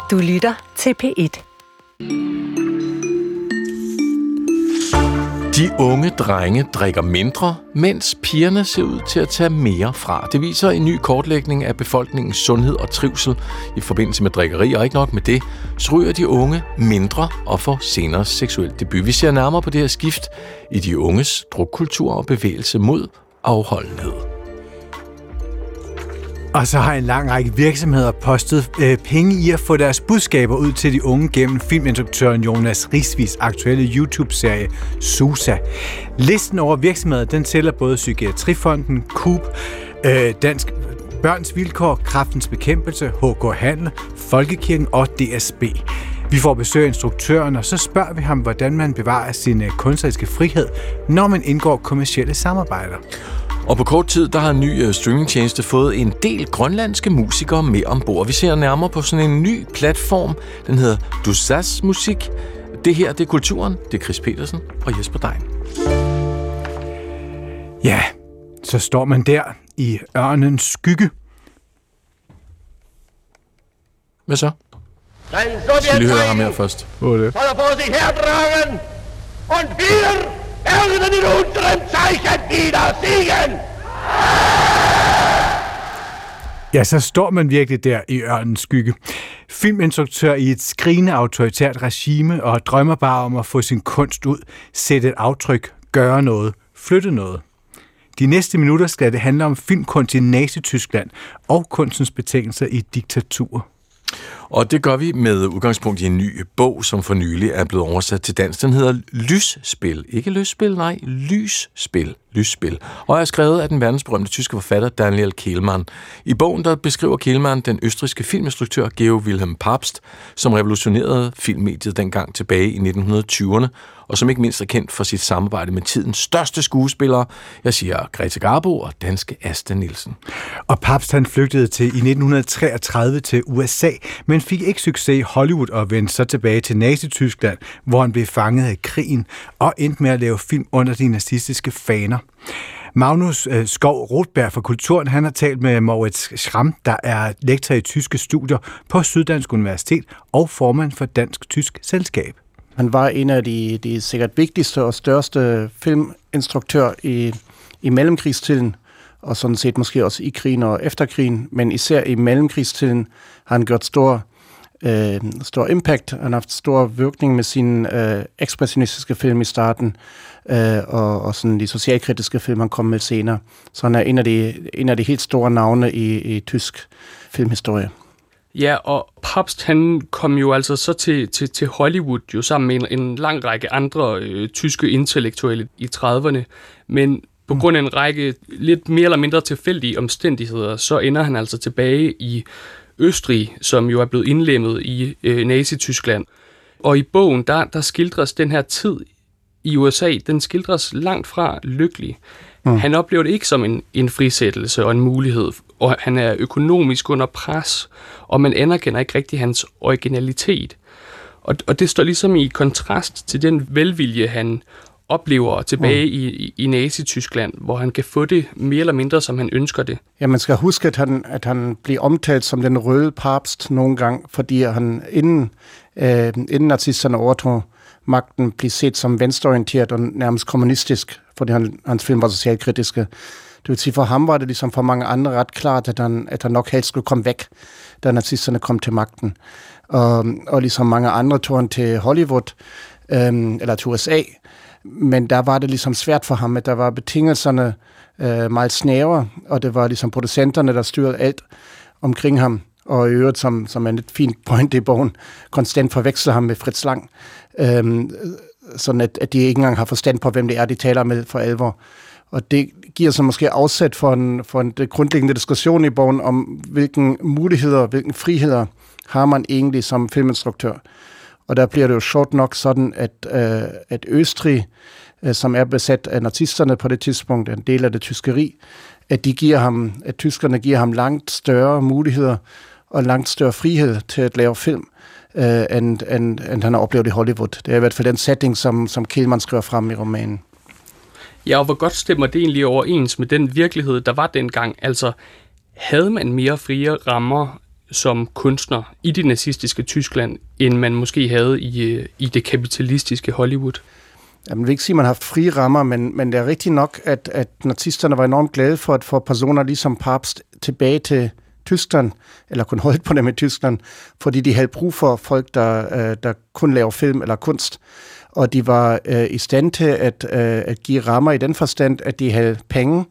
Du lytter til P1. De unge drenge drikker mindre, mens pigerne ser ud til at tage mere fra. Det viser en ny kortlægning af befolkningens sundhed og trivsel i forbindelse med drikkeri, og ikke nok med det, så ryger de unge mindre og får senere seksuel debut. Vi ser nærmere på det her skift i de unges drukkultur og bevægelse mod afholdenhed. Og så har en lang række virksomheder postet penge i at få deres budskaber ud til de unge gennem filminstruktøren Jonas Risvigs aktuelle YouTube-serie Susa. Listen over virksomheder, den tæller både Psykiatrifonden, Coop, Dansk Børns Vilkår, Kræftens Bekæmpelse, HK Handel, Folkekirken og DSB. Vi får besøg af instruktøren, og så spørger vi ham, hvordan man bevarer sin kunstneriske frihed, når man indgår kommercielle samarbejder. Og på kort tid, der har en ny streamingtjeneste fået en del grønlandske musikere med ombord. Vi ser nærmere på sådan en ny platform. Den hedder Dusas Musik. Det her, det er Kulturen. Det er Chris Petersen og Jesper Dein. Ja, så står man der i ørnens skygge. Hvad så? Skal lige høre ham her først. Soll vor sich hertragen und wir werden in unserem Zeichen wieder siegen! Ja, så står man virkelig der i ørnens skygge. Filminstruktør i et skrigende autoritært regime og drømmer bare om at få sin kunst ud, sætte et aftryk, gøre noget, flytte noget. De næste minutter skal det handle om filmkunst i Nazi-Tyskland og kunstens betingelser i diktatur. Og det gør vi med udgangspunkt i en ny bog, som for nylig er blevet oversat til dansk. Den hedder Lysspil. Ikke lysspil, nej, Lysspil. Lysspil. Og er skrevet af den verdensberømte tyske forfatter Daniel Kehlmann. I bogen der beskriver Kehlmann den østrigske filminstruktør Georg Wilhelm Pabst, som revolutionerede filmmediet dengang tilbage i 1920'erne, og som ikke mindst er kendt for sit samarbejde med tidens største skuespillere. Jeg siger Grete Garbo og danske Asta Nielsen. Og Pabst han flygtede i 1933 til USA, men fik ikke succes i Hollywood og vendte så tilbage til Nazi-Tyskland, hvor han blev fanget af krigen og endte med at lave film under de nazistiske faner. Magnus Skov Rothberg fra Kulturen, han har talt med Moritz Schramm, der er lektor i tyske studier på Syddansk Universitet og formand for Dansk-Tysk Selskab. Han var en af de sikkert vigtigste og største filminstruktører i mellemkrigstiden, og sådan set måske også i krigen og efter krigen, men især i mellemkrigstiden har han gjort stor impact. Han har haft stor virkning med sine ekspressionistiske film i starten, og sådan de socialkritiske film, han kom med senere. Så han er en af de helt store navne i tysk filmhistorie. Ja, og Pabst, han kom jo altså så til Hollywood jo sammen med en lang række andre tyske intellektuelle i 30'erne, men på grund af en række lidt mere eller mindre tilfældige omstændigheder, så ender han altså tilbage i Østrig, som jo er blevet indlemmet i Nazi-Tyskland. Og i bogen, der skildres den her tid i USA, den skildres langt fra lykkelig. Han oplever det ikke som en frisættelse og en mulighed, og han er økonomisk under pres, og man anerkender ikke rigtig hans originalitet. Og det står ligesom i kontrast til den velvilje, han oplever tilbage i Nazi-Tyskland, hvor han kan få det mere eller mindre, som han ønsker det. Ja, man skal huske, at han bliver omtalt som den røde Pabst nogle gange, fordi han inden nazisterne overtog magten, blev set som venstreorienteret og nærmest kommunistisk, fordi hans film var socialkritiske. Det vil sige, for ham var det ligesom for mange andre ret klart, at han nok helst skulle komme væk, da nazisterne kom til magten. Og ligesom mange andre tog han til Hollywood, eller til USA, men der var det ligesom svært for ham, at der var betingelserne meget snævre, og det var ligesom producenterne, der styrede alt omkring ham, og i øvrigt, som er et fint point i bogen, konstant forveksler ham med Fritz Lang, sådan at de ikke engang har forstand på, hvem det er, de taler med for alvor. Og det giver så måske afsæt for en grundlæggende diskussion i bogen om, hvilke muligheder, hvilke friheder har man egentlig som filminstruktør. Og der bliver det jo sjovt nok sådan, at Østrig, som er besat af nazisterne på det tidspunkt, en del af det tyskeri, at tyskerne giver ham langt større muligheder og langt større frihed til at lave film, end han har oplevet i Hollywood. Det er i hvert fald den setting, som Kehlmann skriver frem i romanen. Ja, og hvor godt stemmer det egentlig overens med den virkelighed, der var dengang? Altså, havde man mere frie rammer som kunstner i det nazistiske Tyskland, end man måske havde i det kapitalistiske Hollywood? Jeg vil ikke sige, at man har frie rammer, men det er rigtigt nok, at nazisterne var enormt glade for at få personer ligesom Pabst tilbage til Tyskland, eller kun holdt på dem i Tyskland, fordi de havde brug for folk, der kun laver film eller kunst. Og de var i stand til at give rammer i den forstand, at de havde penge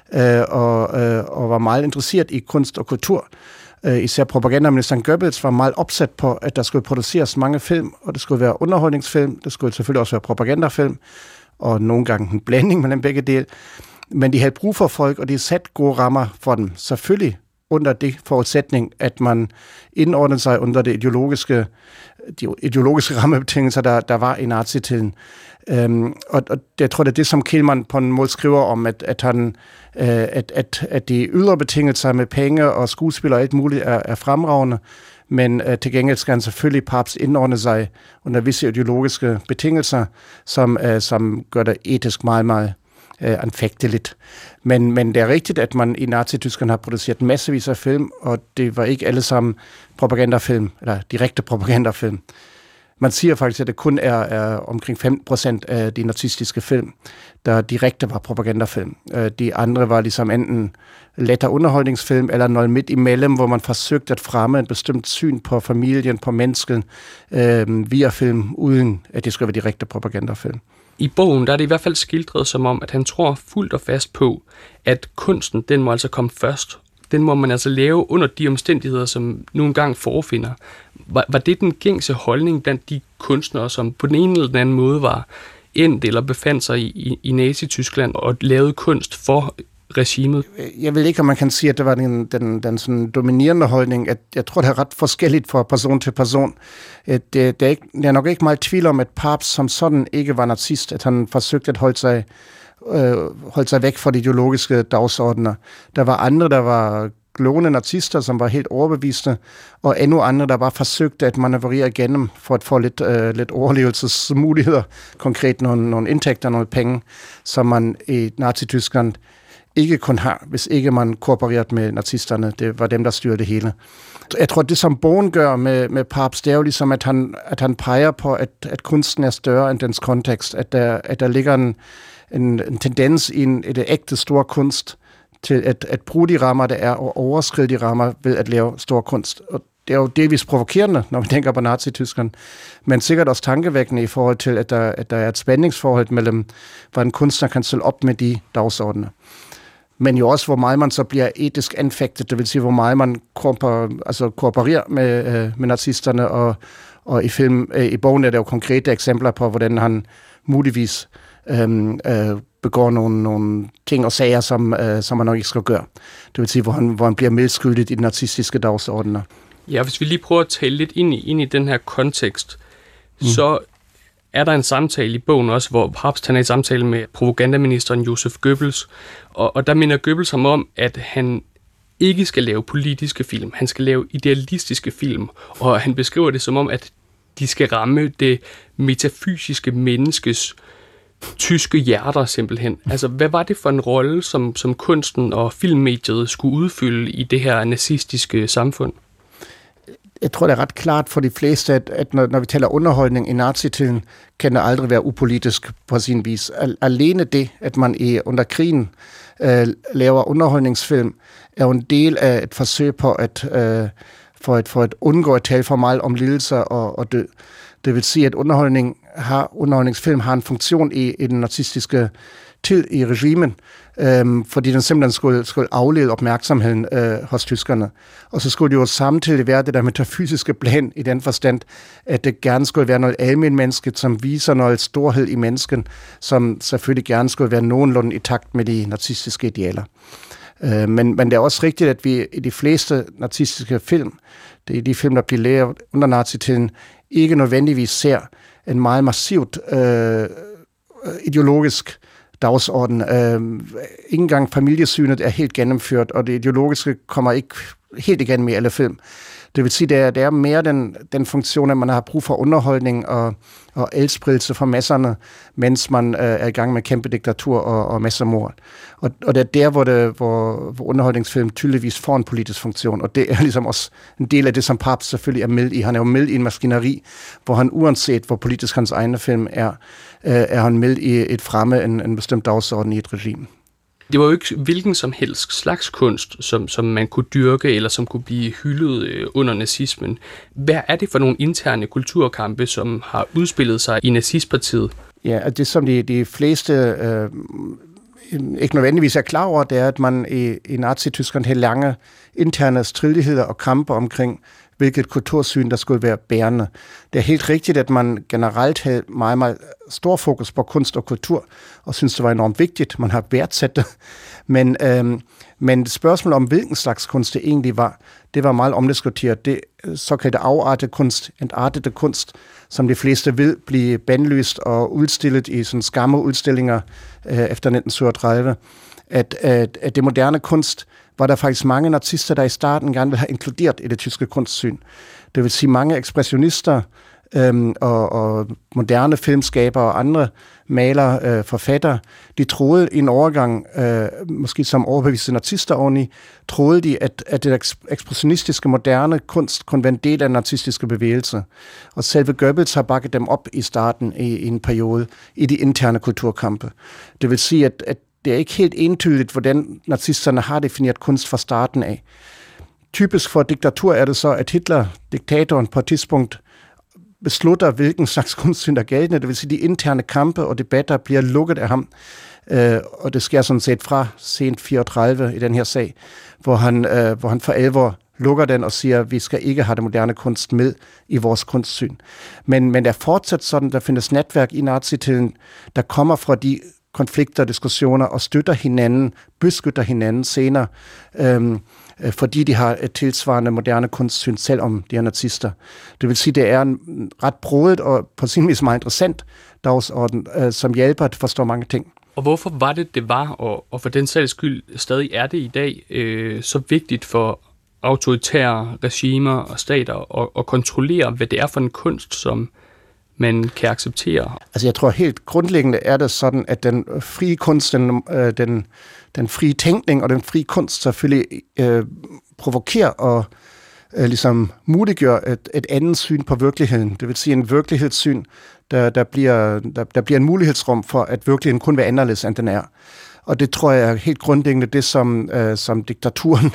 og var meget interesseret i kunst og kultur. Især propagandaministeren Goebbels var meget opsat på, at der skulle produceres mange film, og det skulle være underholdningsfilm, det skulle selvfølgelig også være propagandafilm, og nogle gange en blanding mellem begge dele. Men de havde brug for folk, og de satte gode rammer for dem. Selvfølgelig under det forudsætning, at man indordnede sig under de ideologiske rammebetingelser, der var i nazitiden. Og jeg tror, det er det, som Kehlmann på en måde skriver om, at de ydre betingelser med penge og skuespil og alt muligt er fremragende, men til gengæld skal han selvfølgelig Pabst indordne sig under visse ideologiske betingelser, som gør det etisk meget, meget anfægteligt. Men det er rigtigt, at man i Nazi-Tyskland har produceret massevis af film, og det var ikke alle sammen propagandafilm, eller direkte propagandafilm. Man siger faktisk, at det kun er omkring 5% af de nazistiske film, der direkte var propagandafilm. De andre var ligesom enten lettere underholdningsfilm, eller noget midt imellem, hvor man forsøgte at fremme en bestemt syn på familien, på mennesket, via film, uden at det skulle være direkte propagandafilm. I bogen der er det i hvert fald skildret som om, at han tror fuldt og fast på, at kunsten, den må altså komme først. Den må man altså lave under de omstændigheder, som nu engang forefinder. Var det den gængse holdning blandt de kunstnere, som på den ene eller den anden måde var endt eller befandt sig i Nazi-Tyskland og lavede kunst for regimet? Jeg ved ikke, om man kan sige, at det var den sådan dominerende holdning. At jeg tror, det er ret forskelligt fra person til person. Det er nok ikke meget tvivl om, at Pabst som sådan ikke var nazist, at han forsøgte at holde sig væk fra de ideologiske dagsordner. Der var andre, der var glående nazister, som var helt overbeviste, og endnu andre, der bare forsøgte at manøvrere igennem for at få lidt overlevelsesmuligheder, konkret nogle indtægter, nogle penge, som man i Nazi-Tyskland ikke kun har, hvis ikke man koopererede med nazisterne. Det var dem, der styrede det hele. Jeg tror, det som bogen gør med Pabst, det er jo ligesom, at han peger på, at kunsten er større end dens kontekst, at der ligger en tendens i et ægte stor kunst til at bruge de rammer, der er, og overskride de rammer ved at lave stor kunst. Og det er jo delvis provokerende, når vi tænker på Nazi-Tyskland, men sikkert også tankevækkende i forhold til, at der er et spændingsforhold mellem, hvad en kunstner kan stille op med de dagsordner. Men jo også, hvor meget man så bliver etisk anfægtet, det vil sige, hvor meget man koopererer med nazisterne, og i bogen er der jo konkrete eksempler på, hvordan han muligvis begår nogle ting og sager, som man nok ikke skal gøre. Det vil sige, hvor han bliver medskyldigt i de nazistiske dagsordner. Ja, hvis vi lige prøver at tale lidt ind i den her kontekst, så er der en samtale i bogen også, hvor Pabst han er i samtale med propagandaministeren Joseph Goebbels, og der minder Goebbels ham om, at han ikke skal lave politiske film, han skal lave idealistiske film, og han beskriver det som om, at de skal ramme det metafysiske menneskes tyske hjerter simpelthen. Altså, hvad var det for en rolle, som kunsten og filmmediet skulle udfylde i det her nazistiske samfund? Jeg tror, det er ret klart for de fleste, at når vi taler underholdning i nazitiden, kan det aldrig være upolitisk på sin vis. Alene det, at man under krigen laver underholdningsfilm, er jo en del af et forsøg på for at undgå at tale for meget om lidelser og død. Det vil sige, at underholdningsfilm har en funktion i den nazistiske tid i regimen, fordi den simpelthen skulle aflede opmærksomheden hos tyskerne. Og så skulle det jo samtidig være det der metafysiske plan i den forstand, at det gerne skulle være noget almenmenneskeligt, som viser noget storhed i mennesken, som selvfølgelig gerne skulle være nogenlunde i takt med de nazistiske idealer. Men det er også rigtigt, at vi i de fleste nazistiske film, det er de film, der bliver lavet under nazitiden, ikke nødvendigvis ser en meget massivt ideologisk dagsorden. Ikke engang familiesynet er helt gennemført, og det ideologiske kommer ikke helt igennem i alle film. Det vil sige, at det er mere den funktion, at man har brug for underholdning og adspredelse for masserne, mens man er i gang med kæmpe diktatur og massemord. Og det er der, hvor underholdningsfilm tydeligvis får en politisk funktion, og det er ligesom også en del af det, som Pabst selvfølgelig er med i. Han er jo med i en maskineri, hvor han uanset, hvor politisk hans egne film er han med i et fremme en bestemt dagsorden i et regime. Det var jo ikke hvilken som helst slags kunst, som man kunne dyrke, eller som kunne blive hyldet under nazismen. Hvad er det for nogle interne kulturkampe, som har udspillet sig i nazistpartiet? Ja, det som de fleste ikke nødvendigvis er klar over, det er, at man i Nazi-Tyskland havde lange interne stridigheder og kampe omkring, hvilket kultursyn, der skulle være bærende. Det er helt rigtigt, at man generelt havde meget, meget stor fokus på kunst og kultur, og synes, det var enormt vigtigt. Man har værdsat det. Men spørgsmålet om, hvilken slags kunst det egentlig var, det var meget omdiskuteret. Det såkaldte afartede kunst, entartede kunst, som de fleste vil blive bandlyst og udstillet i sådan skammerudstillinger efter 1937, at det moderne kunst var der faktisk mange nazister, der i starten gerne ville have inkluderet i det tyske kunstsyn. Det vil sige, mange ekspressionister og moderne filmskabere og andre malere, forfattere, de troede i en overgang, måske som overbeviste nazister oveni, troede de, at det ekspressionistiske moderne kunst kunne være en del af den nazistiske bevægelse. Og selve Goebbels har bakket dem op i starten i en periode i de interne kulturkampe. Det vil sige, at det er ikke helt entydigt, hvordan nazisterne har defineret kunst fra starten af. Typisk for diktatur er det så, at Hitler, diktatoren, på et tidspunkt beslutter, hvilken slags kunstsyn der er gældende. Det vil sige, de interne kampe og debatter bliver lukket af ham. Og det sker sådan set fra sent 34 i den her sag, hvor han for alvor lukker den og siger, at vi skal ikke have det moderne kunst med i vores kunstsyn. Men der er fortsat sådan, der findes netværk i nazitiden, der kommer fra de konflikter og diskussioner og støtter hinanden, beskytter hinanden senere, fordi de har et tilsvarende moderne kunstsyn, selvom de er nazister. Det vil sige, det er en ret broget og på sin vis meget interessant dagsorden, som hjælper at forstå mange ting. Og hvorfor var det var, og for den sags skyld stadig er det i dag, så vigtigt for autoritære regimer og stater at kontrollere, hvad det er for en kunst, som man kan acceptere? Altså jeg tror helt grundlæggende er det sådan, at den frie kunst, den frie tænkning og den frie kunst selvfølgelig provokerer og ligesom muliggør et andet syn på virkeligheden. Det vil sige en virkelighedssyn, der bliver en mulighedsrum for, at virkeligheden kun vil anderledes, end den er. Og det tror jeg er helt grundlæggende det, som diktaturen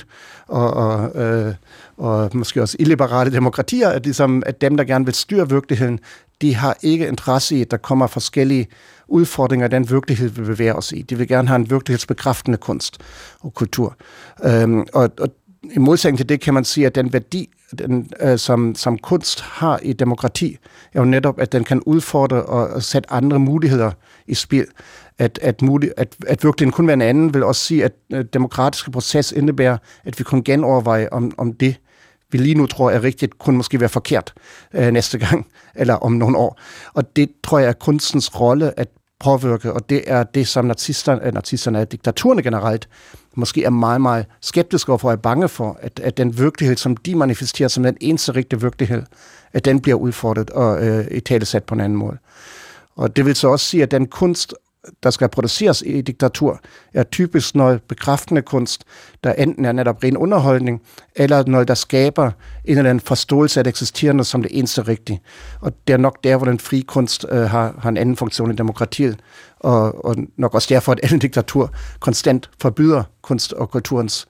og måske også illiberale demokratier, at dem, der gerne vil styre virkeligheden, de har ikke interesse i, at der kommer forskellige udfordringer af den virkelighed, vi bevæger os i. De vil gerne have en virkelighedsbekræftende kunst og kultur. Og i modsætning til det kan man sige, at den værdi, som kunst har i demokrati, er jo netop, at den kan udfordre og sætte andre muligheder i spil. At virkeligheden kun være en anden, vil også sige, at demokratiske proces indebærer, at vi kun genoverveje, om det, vi lige nu tror er rigtigt, kunne måske være forkert næste gang, eller om nogle år. Og det tror jeg er kunstens rolle at påvirke, og det er det, som nazisterne, diktaturerne generelt, måske er meget, meget skeptiske overfor og er bange for, at den virkelighed, som de manifesterer som den eneste rigtige virkelighed, at den bliver udfordret og italesat på en anden måde. Og det vil så også sige, at den kunst, der skal produceres i diktatur, er typisk noget bekræftende kunst, der enten er netop ren underholdning, eller noget, der skaber en eller anden forståelse af det eksisterende som det eneste rigtige. Og det er nok der, hvor den frie kunst har en anden funktion i demokratiet, og nok også derfor, at alle diktatur konstant forbyder kunst og kulturens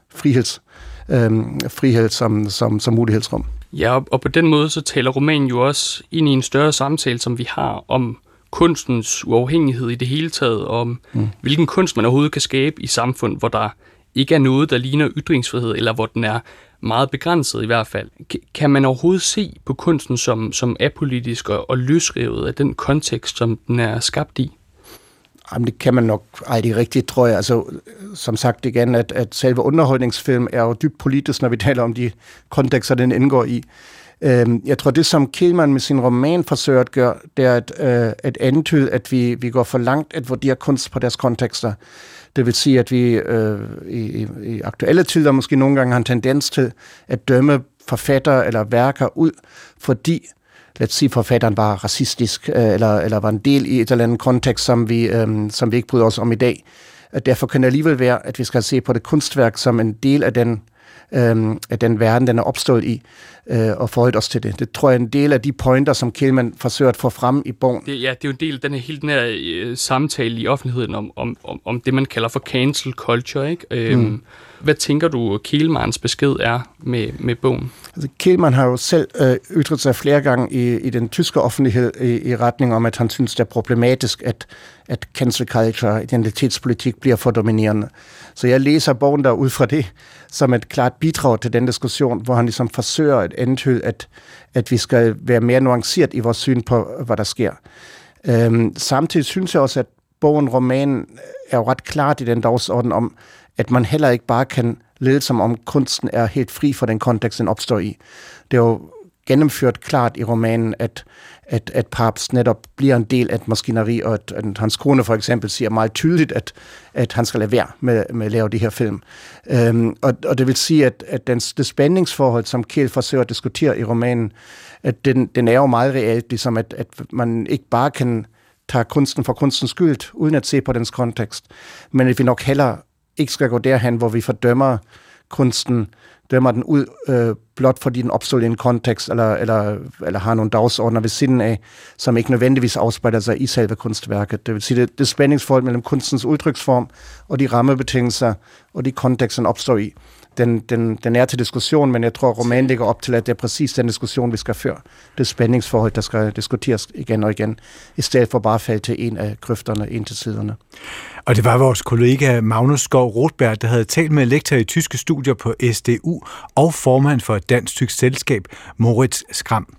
frihed som mulighedsrum. Ja, og på den måde så taler romanen jo også ind i en større samtale, som vi har om kunstens uafhængighed i det hele taget, om hvilken kunst man overhovedet kan skabe i samfund, hvor der ikke er noget, der ligner ytringsfrihed, eller hvor den er meget begrænset i hvert fald. Kan man overhovedet se på kunsten som apolitisk og løsrevet af den kontekst, som den er skabt i? Jamen, det kan man nok det rigtigt, tror jeg. Altså, som sagt igen, at selve underholdningsfilm er jo dybt politisk, når vi taler om de kontekster, den indgår i. Jeg tror, det som Kehlmann med sin roman forsøger at gøre, det er at antyde, at vi går for langt at vurdere kunst på deres kontekster. Det vil sige, at vi i aktuelle tider måske nogle gange har en tendens til at dømme forfattere eller værker ud, fordi, lad os sige, forfatteren var racistisk, eller var en del i et eller andet kontekst, som vi ikke bryder os om i dag. Derfor kan det alligevel være, at vi skal se på det kunstværk som en del af den verden, den er opstået i, og forholde os til det. Det tror jeg er en del af de pointer, som Kehlmann forsøger at få frem i bogen. Det er jo en del af den her samtale i offentligheden om det, man kalder for cancel culture, ikke? Hvad tænker du, Kehlmanns besked er med bogen? Altså, Kehlmann har jo selv ytret sig flere gange i den tyske offentlighed i retning om, at han synes, det er problematisk, at cancel culture, identitetspolitik, bliver for dominerende. Så jeg læser bogen der ud fra det, som et klart bidrag til den diskussion, hvor han ligesom forsøger at antyde, at vi skal være mere nuanceret i vores syn på, hvad der sker. Samtidig synes jeg også, at romanen er jo ret klart i den dagsorden om, at man heller ikke bare kan lede som om kunsten er helt fri for den kontekst, den opstår i. Det er jo gennemført klart i romanen, at Pabst netop bliver en del af et maskineri, og at hans kone for eksempel siger meget tydeligt, at han skal lade være med at lave de her film. Og det vil sige, at det spændingsforhold, som Kehl forsøger at diskutere i romanen, at den er jo meget reelt, ligesom at man ikke bare kan tage kunsten for kunstens skyld, uden at se på dens kontekst, men at vi nok heller ikke skal gå derhen, hvor vi fordømmer kunsten, dømmer den ud, blot fordi den opstår i en kontekst, eller har nogle dagsordner ved siden af, som ikke nødvendigvis afspejler sig i selve kunstværket. Det vil sige, det spændingsforhold mellem kunstens udtryksform, og de rammebetingelser, og de kontekster, den opstår i. Den er til diskussion, men jeg tror, at romanen ligger op til, at det er præcis den diskussion, vi skal føre. Det spændingsforhold, der skal diskuteres igen og igen, i stedet for bare at falde til en af grøfterne, en til siderne. Og det var vores kollega Magnus Skov Rothberg, der havde talt med lektor i tyske studier på SDU og formand for et dansk-tysk selskab, Moritz Skram.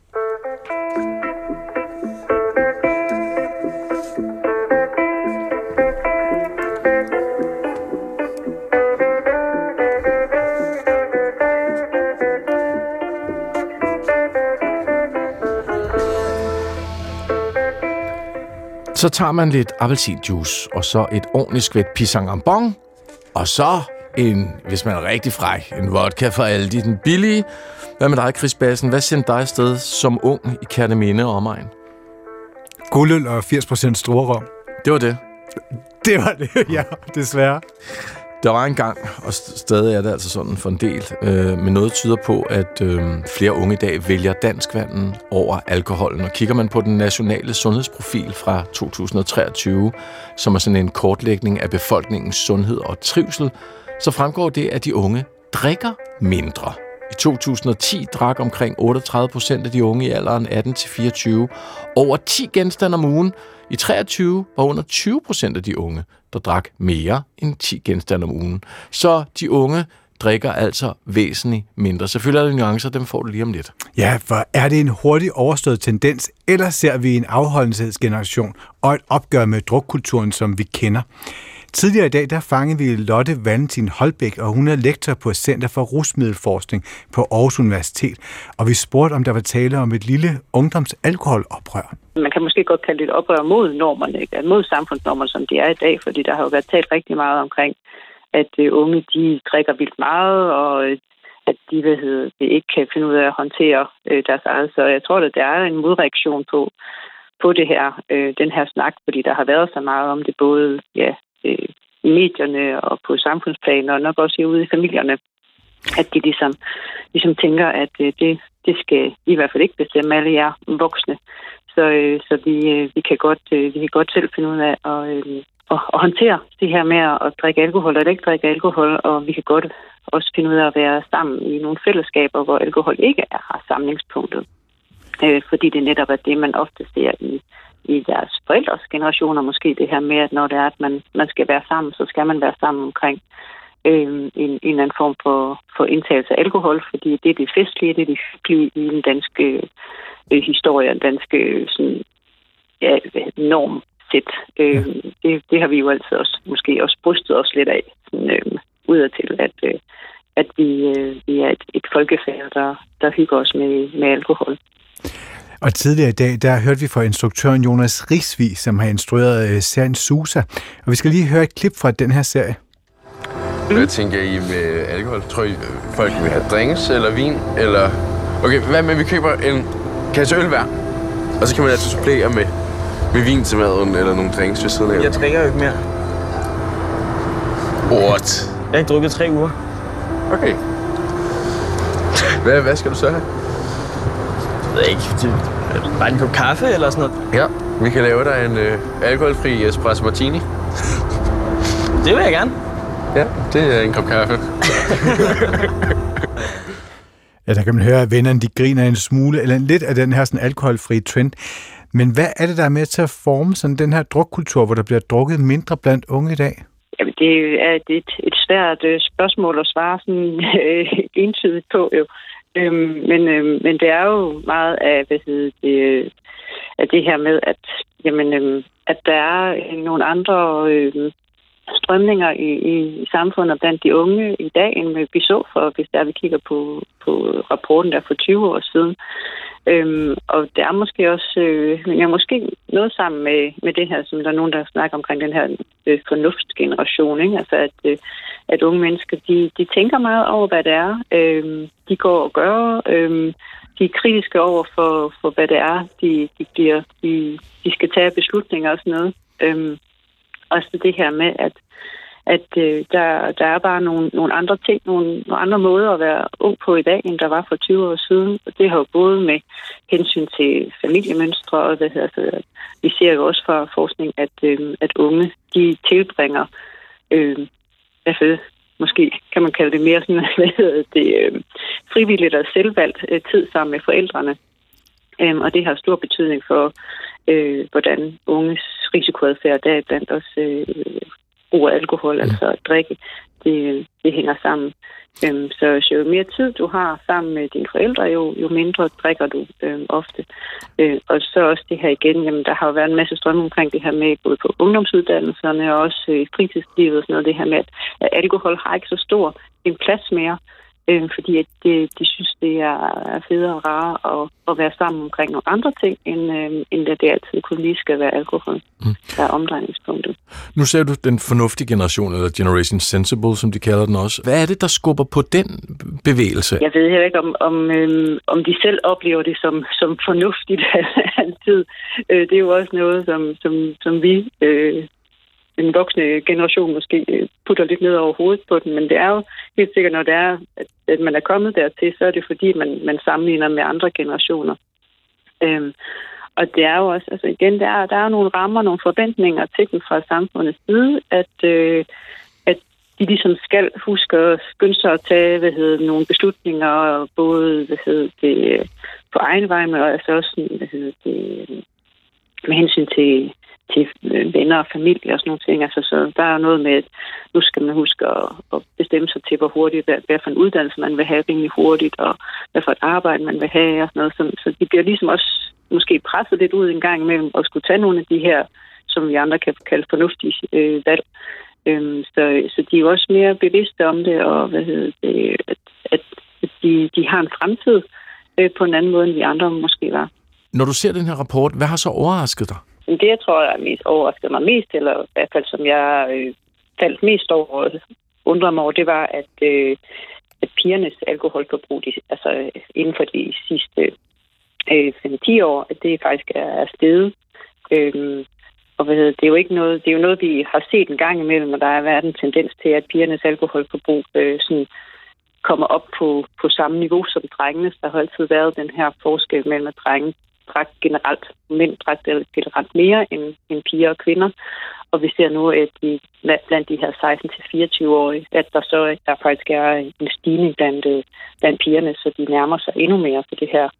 Så tager man lidt appelsinjuice, og så et ordentligt skvæt pisang en bon, og så hvis man er rigtig fræk, en vodka fra Aldi, den billige. Hvad med dig, Chris Bassen? Hvad sendte dig afsted som ung i Kerteminde og omegn? Guldøl og 80% storrom. Det var det. Det var det, ja, desværre. Der var en gang, og stadig er det altså sådan for en del, men noget tyder på, at flere unge i dag vælger danskvanden over alkoholen. Og kigger man på den nationale sundhedsprofil fra 2023, som er sådan en kortlægning af befolkningens sundhed og trivsel, så fremgår det, at de unge drikker mindre. I 2010 drak omkring 38% af de unge i alderen 18-24 over 10 genstande om ugen. I 23 var under 20% af de unge, der drak mere end 10 genstande om ugen. Så de unge drikker altså væsentligt mindre. Selvfølgelig er der nuancer, dem får du lige om lidt. Ja, for er det en hurtig overstået tendens, eller ser vi en afholdenhedsgeneration og et opgør med drukkulturen, som vi kender? Tidligere i dag, der fangede vi Lotte Valentin Holbæk, og hun er lektor på Center for Rusmiddelforskning på Aarhus Universitet. Og vi spurgte, om der var tale om et lille ungdomsalkoholoprør. Man kan måske godt kalde det et oprør mod normerne, ikke? Mod samfundsnormerne, som de er i dag, fordi der har jo været talt rigtig meget omkring, at unge, de drikker vildt meget, og at de ikke kan finde ud af at håndtere deres eget. Så jeg tror, at der er en modreaktion på det her, den her snak, fordi der har været så meget om det, både i medierne og på samfundsplan, og nok også ude i familierne, at de ligesom tænker, at det skal i hvert fald ikke bestemme alle jer voksne. Så vi kan godt selv finde ud af at håndtere det her med at drikke alkohol eller ikke drikke alkohol, og vi kan godt også finde ud af at være sammen i nogle fællesskaber, hvor alkohol ikke er samlingspunktet. Fordi det netop er det, man ofte ser i deres forældres generationer, måske det her med, at når det er, at man skal være sammen, så skal man være sammen omkring en eller anden form for indtagelse af alkohol, fordi det er det festlige, det er det hyggelige i den danske historie, den danske normsæt. Det har vi jo altid også, måske også brystet os lidt af, udadtil, at vi er et folkefærd, der hygger os med alkohol. Og tidligere i dag, der hørte vi fra instruktøren Jonas Risvig, som har instrueret serien Susa. Og vi skal lige høre et klip fra den her serie. Hvad tænker I med alkohol? Tror I, folk vil have drinks eller vin? Eller... Okay, hvad med, vi køber en kasse øl hver? Og så kan man altid supplere med vin til maden eller nogle drinks ved siden af. Jeg drikker jo ikke mere. What? Jeg har ikke drukket 3 uger. Okay. Hvad skal du så have? Jeg ved ikke. Bare en kop kaffe eller sådan noget? Ja, vi kan lave dig en alkoholfri espresso martini. Det vil jeg gerne. Ja, det er en kop kaffe. Ja, der kan man høre, at vennerne de griner en smule, eller lidt af den her sådan alkoholfri trend. Men hvad er det, der er med til at forme sådan den her drukkultur, hvor der bliver drukket mindre blandt unge i dag? Jamen, det er et svært spørgsmål at svare sådan entydigt på, jo. Men det er jo meget af, af det her med, at der er nogle andre strømninger i samfundet blandt de unge i dag, end vi så for, hvis vi kigger på rapporten der for 20 år siden. Og det er måske også måske noget sammen med det her, som der er nogen, der snakker omkring den her fornuftsgeneration, ikke? Altså at unge mennesker, de tænker meget over, hvad det er, de går og gør, de er kritiske over for hvad det er, de skal tage beslutninger og sådan noget. Også det her med, at der er bare nogle andre ting, nogle andre måder at være ung på i dag, end der var for 20 år siden. Og det har jo både med hensyn til familiemønstre, og vi ser jo også fra forskning, at unge, de tilbringer, måske kan man kalde det mere sådan, frivilligt og selvvalgt tid sammen med forældrene. Og det har stor betydning for, hvordan unges risikoadfærd der blandt også brug af alkohol, altså at drikke, det hænger sammen. Så jo mere tid du har sammen med dine forældre, jo mindre drikker du ofte. Og så også det her igen, jamen der har jo været en masse strømme omkring det her med, både på ungdomsuddannelserne og også i fritidslivet og sådan noget, det her med, at alkohol har ikke så stor en plads mere, fordi at de synes, det er federe og rarere at være sammen omkring nogle andre ting, end at det altid kun lige skal være alkohol, der er omdrejningspunktet. Nu ser du den fornuftige generation, eller Generation Sensible, som de kalder den også. Hvad er det, der skubber på den bevægelse? Jeg ved heller ikke, om de selv oplever det som fornuftigt altid. Det er jo også noget, som vi... en voksne generation måske putter lidt ned over hovedet på den, men det er jo helt sikkert, når det er, at man er kommet dertil, så er det fordi, man sammenligner med andre generationer. Og det er jo også, altså igen, der er nogle rammer, nogle forventninger til den fra samfundets side, at de ligesom skal huske at skynde sig at tage, nogle beslutninger, både, på egen vej, men altså også, med hensyn til venner og familie og sådan nogle ting. Altså, så der er noget med, at nu skal man huske at bestemme sig til, hvor hurtigt, hvad for en uddannelse man vil have rimelig hurtigt, og hvad for et arbejde man vil have og sådan noget. Så de bliver ligesom også måske presset lidt ud en gang imellem og skulle tage nogle af de her, som vi andre kan kalde fornuftige valg. Så de er jo også mere bevidste om det, og at de har en fremtid på en anden måde, end vi andre måske var. Når du ser den her rapport, hvad har så overrasket dig? Det, jeg tror, jeg mest overraskede mig mest, eller i hvert fald som jeg faldt mest over, undrede mig over, det var, at pigernes alkoholforbrug, altså inden for de sidste 5-10 år, at det faktisk er steget. Og det er jo ikke noget, det er jo noget, vi har set en gang imellem, og der har været en tendens til, at pigernes alkoholforbrug sådan kommer op på samme niveau som drengenes. Der har altid været den her forskel mellem at drenge drak generelt, mænd drak generelt mere end piger og kvinder. Og vi ser nu, at blandt de her 16-24-årige, at der faktisk er en stigning blandt pigerne, så de nærmer sig endnu mere for det her.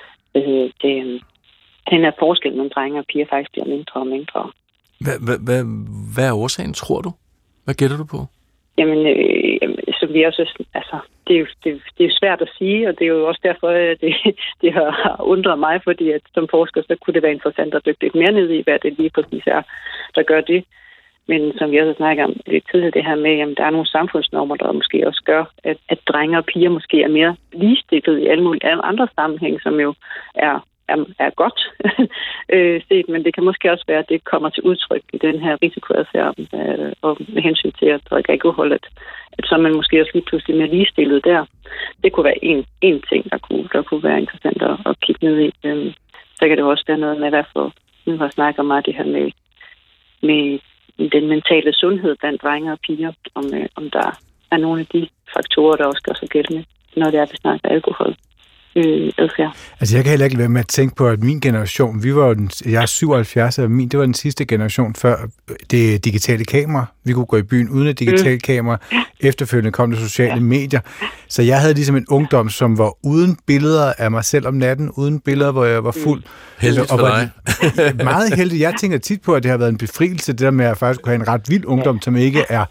Den her forskel mellem drenge og piger faktisk bliver mindre og mindre. Hvad er årsagen, tror du? Hvad gætter du på? Jamen, som vi også, altså, det er jo svært at sige, og det er jo også derfor, at det har undret mig, fordi at som forsker, så kunne det være interessant at dykke lidt mere ned i, hvad det lige præcis er, der gør det. Men som vi også snakker om lidt tidligere, det her med, at der er nogle samfundsnormer, der måske også gør, at drenge og piger måske er mere ligestillet i alle mulige andre sammenhæng, som jo er er godt set, men det kan måske også være, at det kommer til udtryk i den her risikoadfærd, og med hensyn til at drikke alkohol, at så man måske også lige pludselig mere ligestillet der. Det kunne være en ting, der kunne være interessant at kigge ned i. Så kan det også være noget med, hvad for nu har snakket meget det her med den mentale sundhed blandt drenge og piger, om der er nogle af de faktorer, der også gør sig gældende, når det er, vi snakker alkohol. Altså jeg kan heller ikke være med at tænke på, at min generation, jeg er 77, og det var den sidste generation før det digitale kamera. Vi kunne gå i byen uden et digitalt kamera. Efterfølgende kom det sociale medier. Så jeg havde ligesom en ungdom, som var uden billeder af mig selv om natten, uden billeder, hvor jeg var fuld. Heldigt for dig. Meget heldigt. Jeg tænker tit på, at det har været en befrielse, det der med at faktisk kunne have en ret vild ungdom, som ikke er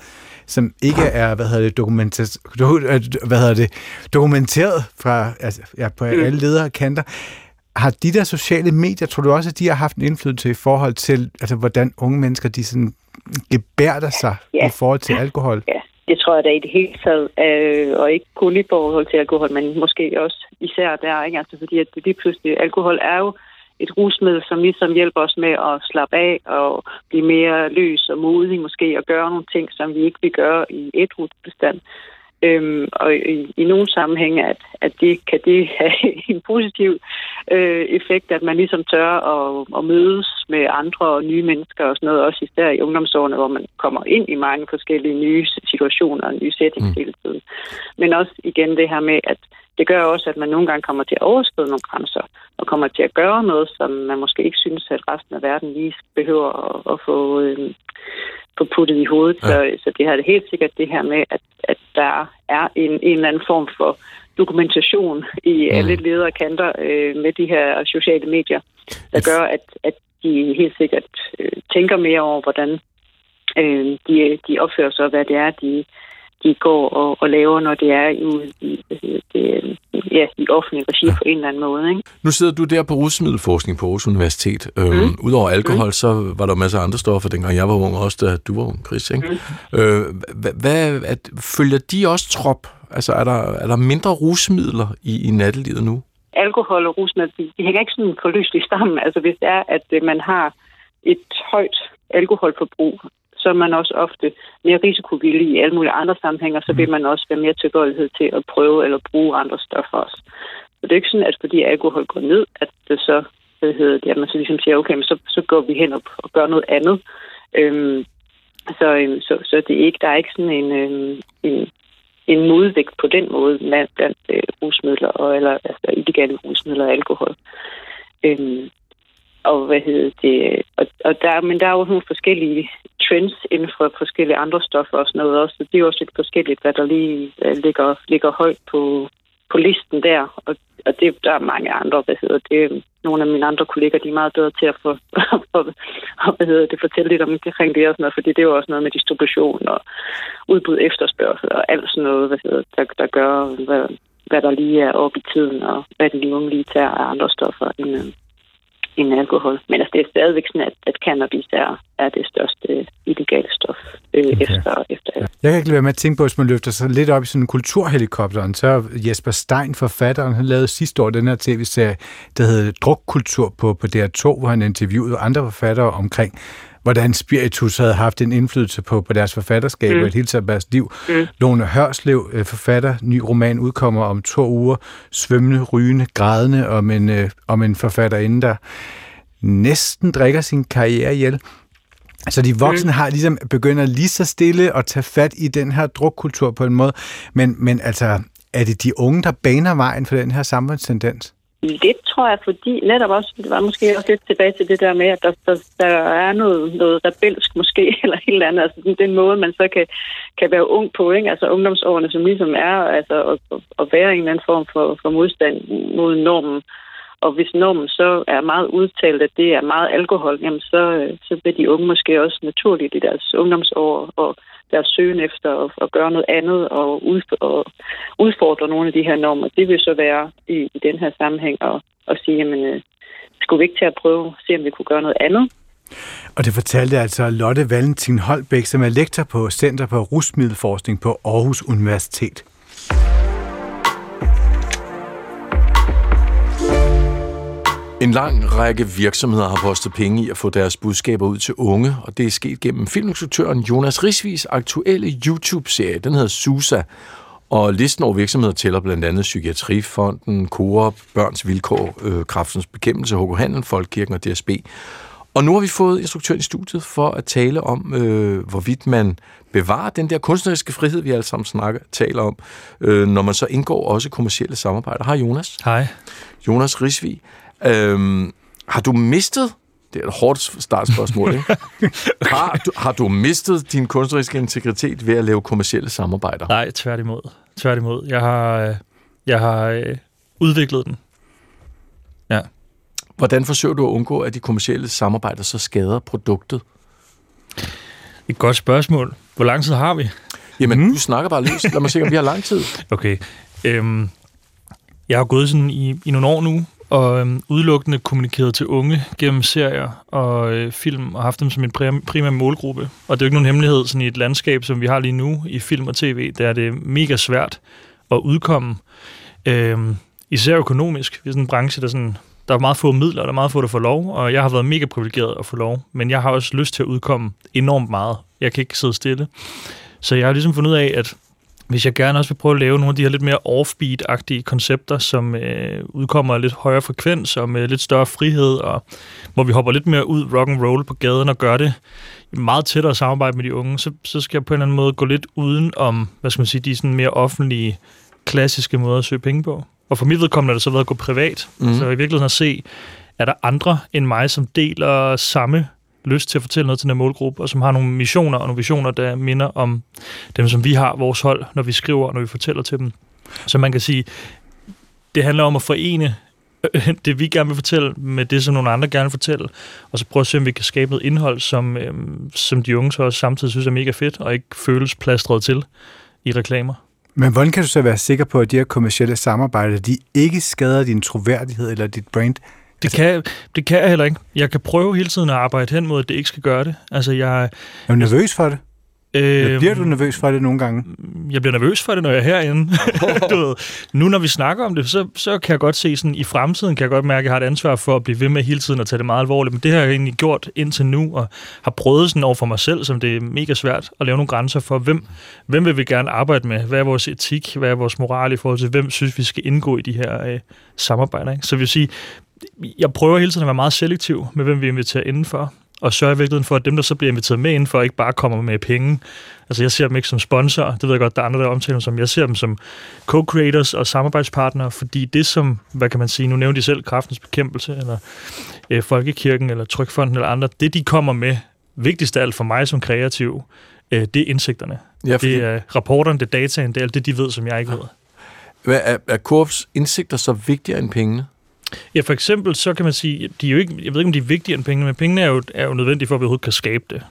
dokumenteret fra på alle ledere og kanter. Har de der sociale medier, tror du også, at de har haft en indflydelse i forhold til, altså hvordan unge mennesker, de sådan gebærder sig i forhold til alkohol? Ja, det tror jeg da i det hele taget, og ikke kun i forhold til alkohol, men måske også især der, ikke? Altså fordi at det lige pludselig, alkohol er jo et rusmiddel, som ligesom hjælper os med at slappe af og blive mere løs og modig måske, og gøre nogle ting, som vi ikke vil gøre i ædru-tilstand. Og i nogle sammenhænge, at det kan det have en positiv effekt, at man ligesom tør at mødes med andre og nye mennesker og sådan noget, også især i ungdomsårene, hvor man kommer ind i mange forskellige nye situationer og nye settings hele tiden. Men også igen det her med, at det gør også, at man nogle gange kommer til at overskride nogle grænser, og kommer til at gøre noget, som man måske ikke synes, at resten af verden lige behøver at få puttet i hovedet. Ja. Så det har det helt sikkert det her med, at der er en eller anden form for dokumentation i alle ledere og kanter med de her sociale medier, der gør, at de helt sikkert tænker mere over, hvordan de opfører sig, og hvad det er, de går og laver, når det er i offentlig regi på en eller anden måde. Ikke? Nu sidder du der på rusmiddelforskning på Aarhus Universitet. Udover alkohol, så var der masser af andre stoffer, dengang jeg var ung, også da du var ung, Chris. Ikke? Følger de også trop? Altså, er der mindre rusmidler i nattelivet nu? Alkohol og rusmidler, de hænger ikke sådan forløseligt sammen. Altså, hvis det er, at man har et højt alkoholforbrug, så er man også ofte mere risikovillig i alle mulige andre sammenhænger, så vil man også være mere tilbøjelighed til at prøve eller bruge andre stoffer også. Så det er ikke sådan, at fordi alkohol går ned, at det så, at man så ligesom siger, okay, men så går vi hen og gør noget andet. Så det er ikke, der er ikke sådan en modvægt på den måde blandt rusmidler eller altså illegale rusmidler og alkohol. Men der er jo nogle forskellige trends inden for forskellige andre stoffer og sådan noget også. Så det er jo også lidt forskelligt, hvad der lige ligger højt på listen der. Og det, der er mange andre, nogle af mine andre kolleger, de er meget bedre til at fortælle lidt omkring det og sådan noget, fordi det er jo også noget med distribution og udbud efterspørgsel og alt sådan noget, der gør, hvad der lige er oppe i tiden, og hvad den lige unge lige tager af andre stoffer end alkohol. Men altså, det er stadigvæk sådan, at cannabis er det største illegale stof efter. Jeg kan ikke lade være med at tænke på, hvis man løfter sig lidt op i sådan en kulturhelikopteren, så Jesper Stein, forfatteren, han lavede sidste år den her tv-serie, der hedder Drukkultur på DR2, hvor han interviewede andre forfattere omkring, hvordan spiritus havde haft en indflydelse på deres forfatterskab og et hele taget deres liv. Lone Hørslev, forfatter, ny roman udkommer om 2 uger, svømmende, rygende, grædende om en forfatterinde, der næsten drikker sin karriere ihjel. Så de voksne har ligesom begynder lige så stille at tage fat i den her drukkultur på en måde, men altså, er det de unge, der baner vejen for den her samfundstendens? Det tror jeg, fordi netop også, det var måske også lidt tilbage til det der med, at der er noget rebelsk måske, eller et eller andet, altså den måde, man så kan være ung på, ikke? Altså ungdomsårene, som ligesom er altså at være en eller anden form for modstand mod normen. Og hvis normen så er meget udtalt, at det er meget alkohol, jamen så vil de unge måske også naturligt i deres ungdomsår og deres søgen efter at gøre noget andet og udfordre nogle af de her normer. Det vil så være i den her sammenhæng at sige, jamen, skulle vi ikke til at prøve at se, om vi kunne gøre noget andet? Og det fortalte altså Lotte Valentin Holbæk, som er lektor på Center for Rusmiddelforskning på Aarhus Universitet. En lang række virksomheder har postet penge i at få deres budskaber ud til unge, og det er sket gennem filminstruktøren Jonas Risvigs aktuelle YouTube-serie. Den hedder Susa, og listen over virksomheder tæller blandt andet Psykiatrifonden, Coop, Børns Vilkår, Kræftens Bekæmpelse, HK Handel, Folkekirken og DSB. Og nu har vi fået instruktøren i studiet for at tale om, hvorvidt man bevarer den der kunstneriske frihed, vi alle sammen taler om, når man så indgår også kommercielle samarbejder. Hej Jonas. Hej. Jonas Risvig. Har du mistet, det er et hårdt startspørgsmål, ikke? Har du mistet din kunstneriske integritet ved at lave kommercielle samarbejder? Nej, tværtimod. Jeg har udviklet den. Ja. Hvordan forsøger du at undgå, at de kommercielle samarbejder så skader produktet? Et godt spørgsmål. Hvor lang tid har vi? Jamen, du snakker bare løs. Lad mig se, om vi har lang tid. Okay. Jeg har gået sådan i nogle år nu, og udelukkende kommunikeret til unge gennem serier og film, og haft dem som en primær målgruppe. Og det er jo ikke nogen hemmelighed sådan i et landskab, som vi har lige nu i film og tv, der er det mega svært at udkomme. Især økonomisk. Vi er sådan en branche, der er meget få midler, der er meget få, der får lov, og jeg har været mega privilegeret at få lov, men jeg har også lyst til at udkomme enormt meget. Jeg kan ikke sidde stille. Så jeg har ligesom fundet ud af, at hvis jeg gerne også vil prøve at lave nogle af de her lidt mere offbeat-agtige koncepter, som udkommer lidt højere frekvens og med lidt større frihed, og hvor vi hopper lidt mere ud rock and roll på gaden og gør det i meget tættere samarbejde med de unge, så skal jeg på en eller anden måde gå lidt uden om, de sådan mere offentlige, klassiske måder at søge penge på. Og for mit vedkommende har det så været at gå privat. Så i virkeligheden at se, er der andre end mig, som deler samme lyst til at fortælle noget til den målgruppe, og som har nogle missioner og nogle visioner, der minder om dem, som vi har, vores hold, når vi skriver og når vi fortæller til dem. Så man kan sige, det handler om at forene det, vi gerne vil fortælle, med det, som nogle andre gerne vil fortælle, og så prøve at se, om vi kan skabe noget indhold, som de unge så også samtidig synes er mega fedt, og ikke føles plastret til i reklamer. Men hvordan kan du så være sikker på, at de her kommercielle samarbejder, de ikke skader din troværdighed eller dit brand? Det kan jeg heller ikke. Jeg kan prøve hele tiden at arbejde hen mod, at det ikke skal gøre det. Altså, er du nervøs for det? Bliver du nervøs for det nogle gange? Jeg bliver nervøs for det, når jeg er herinde. Du ved, nu når vi snakker om det, så kan jeg godt se sådan, i fremtiden kan jeg godt mærke, at jeg har et ansvar for at blive ved med hele tiden at tage det meget alvorligt. Men det har jeg egentlig gjort indtil nu, og har prøvet sådan over for mig selv, som det er mega svært at lave nogle grænser for, hvem vil vi gerne arbejde med? Hvad er vores etik? Hvad er vores moral i forhold til, hvem synes vi skal indgå i de her samarbejder? Ikke? Så vil sige, jeg prøver hele tiden at være meget selektiv med, hvem vi inviterer indenfor, og sørger i virkeligheden for, at dem, der så bliver inviteret med indenfor, ikke bare kommer med penge. Altså, jeg ser dem ikke som sponsorer. Det ved jeg godt, der er andre, der omtaler dem som. Jeg ser dem som co-creators og samarbejdspartnere, fordi det som, hvad kan man sige, nu nævner de selv Kræftens Bekæmpelse, eller Folkekirken, eller Trygfonden, eller andre, det de kommer med, vigtigst af alt for mig som kreativ, det er indsigterne. Ja, fordi det er rapporterne, det er dataen, det er alt det, de ved, som jeg ikke ved. Er Coops indsigter så vigtigere end pengene? Ja, for eksempel, så kan man sige, de er jo ikke, jeg ved ikke, om de er vigtigere end pengene, men pengene er jo nødvendige for, at vi overhovedet kan skabe det.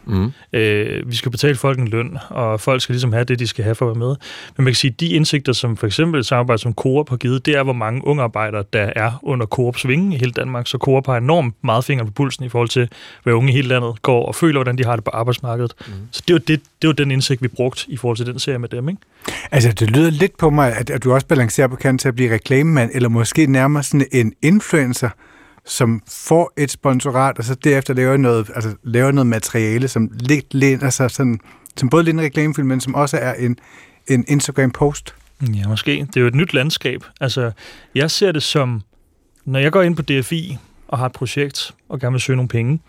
Vi skal betale folk en løn, og folk skal ligesom have det, de skal have for at være med. Men man kan sige, de indsigter, som for eksempel et samarbejde som Coop har givet, det er, hvor mange unge arbejdere, der er under Coops vinge i hele Danmark. Så Coop har enormt meget fingeren på pulsen i forhold til, hvad unge i hele landet går og føler, hvordan de har det på arbejdsmarkedet. Så det var den indsigt, vi brugte i forhold til den serie med dem, ikke? Altså, det lyder lidt på mig, at du også balancerer på kanten til at blive reklamemand, eller måske nærmere sådan en influencer, som får et sponsorat, og så derefter laver noget materiale, som lidt læner sig sådan, som både lidt en reklamefilm, men som også er en Instagram-post. Ja, måske. Det er jo et nyt landskab. Altså, jeg ser det som, når jeg går ind på DFI og har et projekt, og gerne vil søge nogle penge,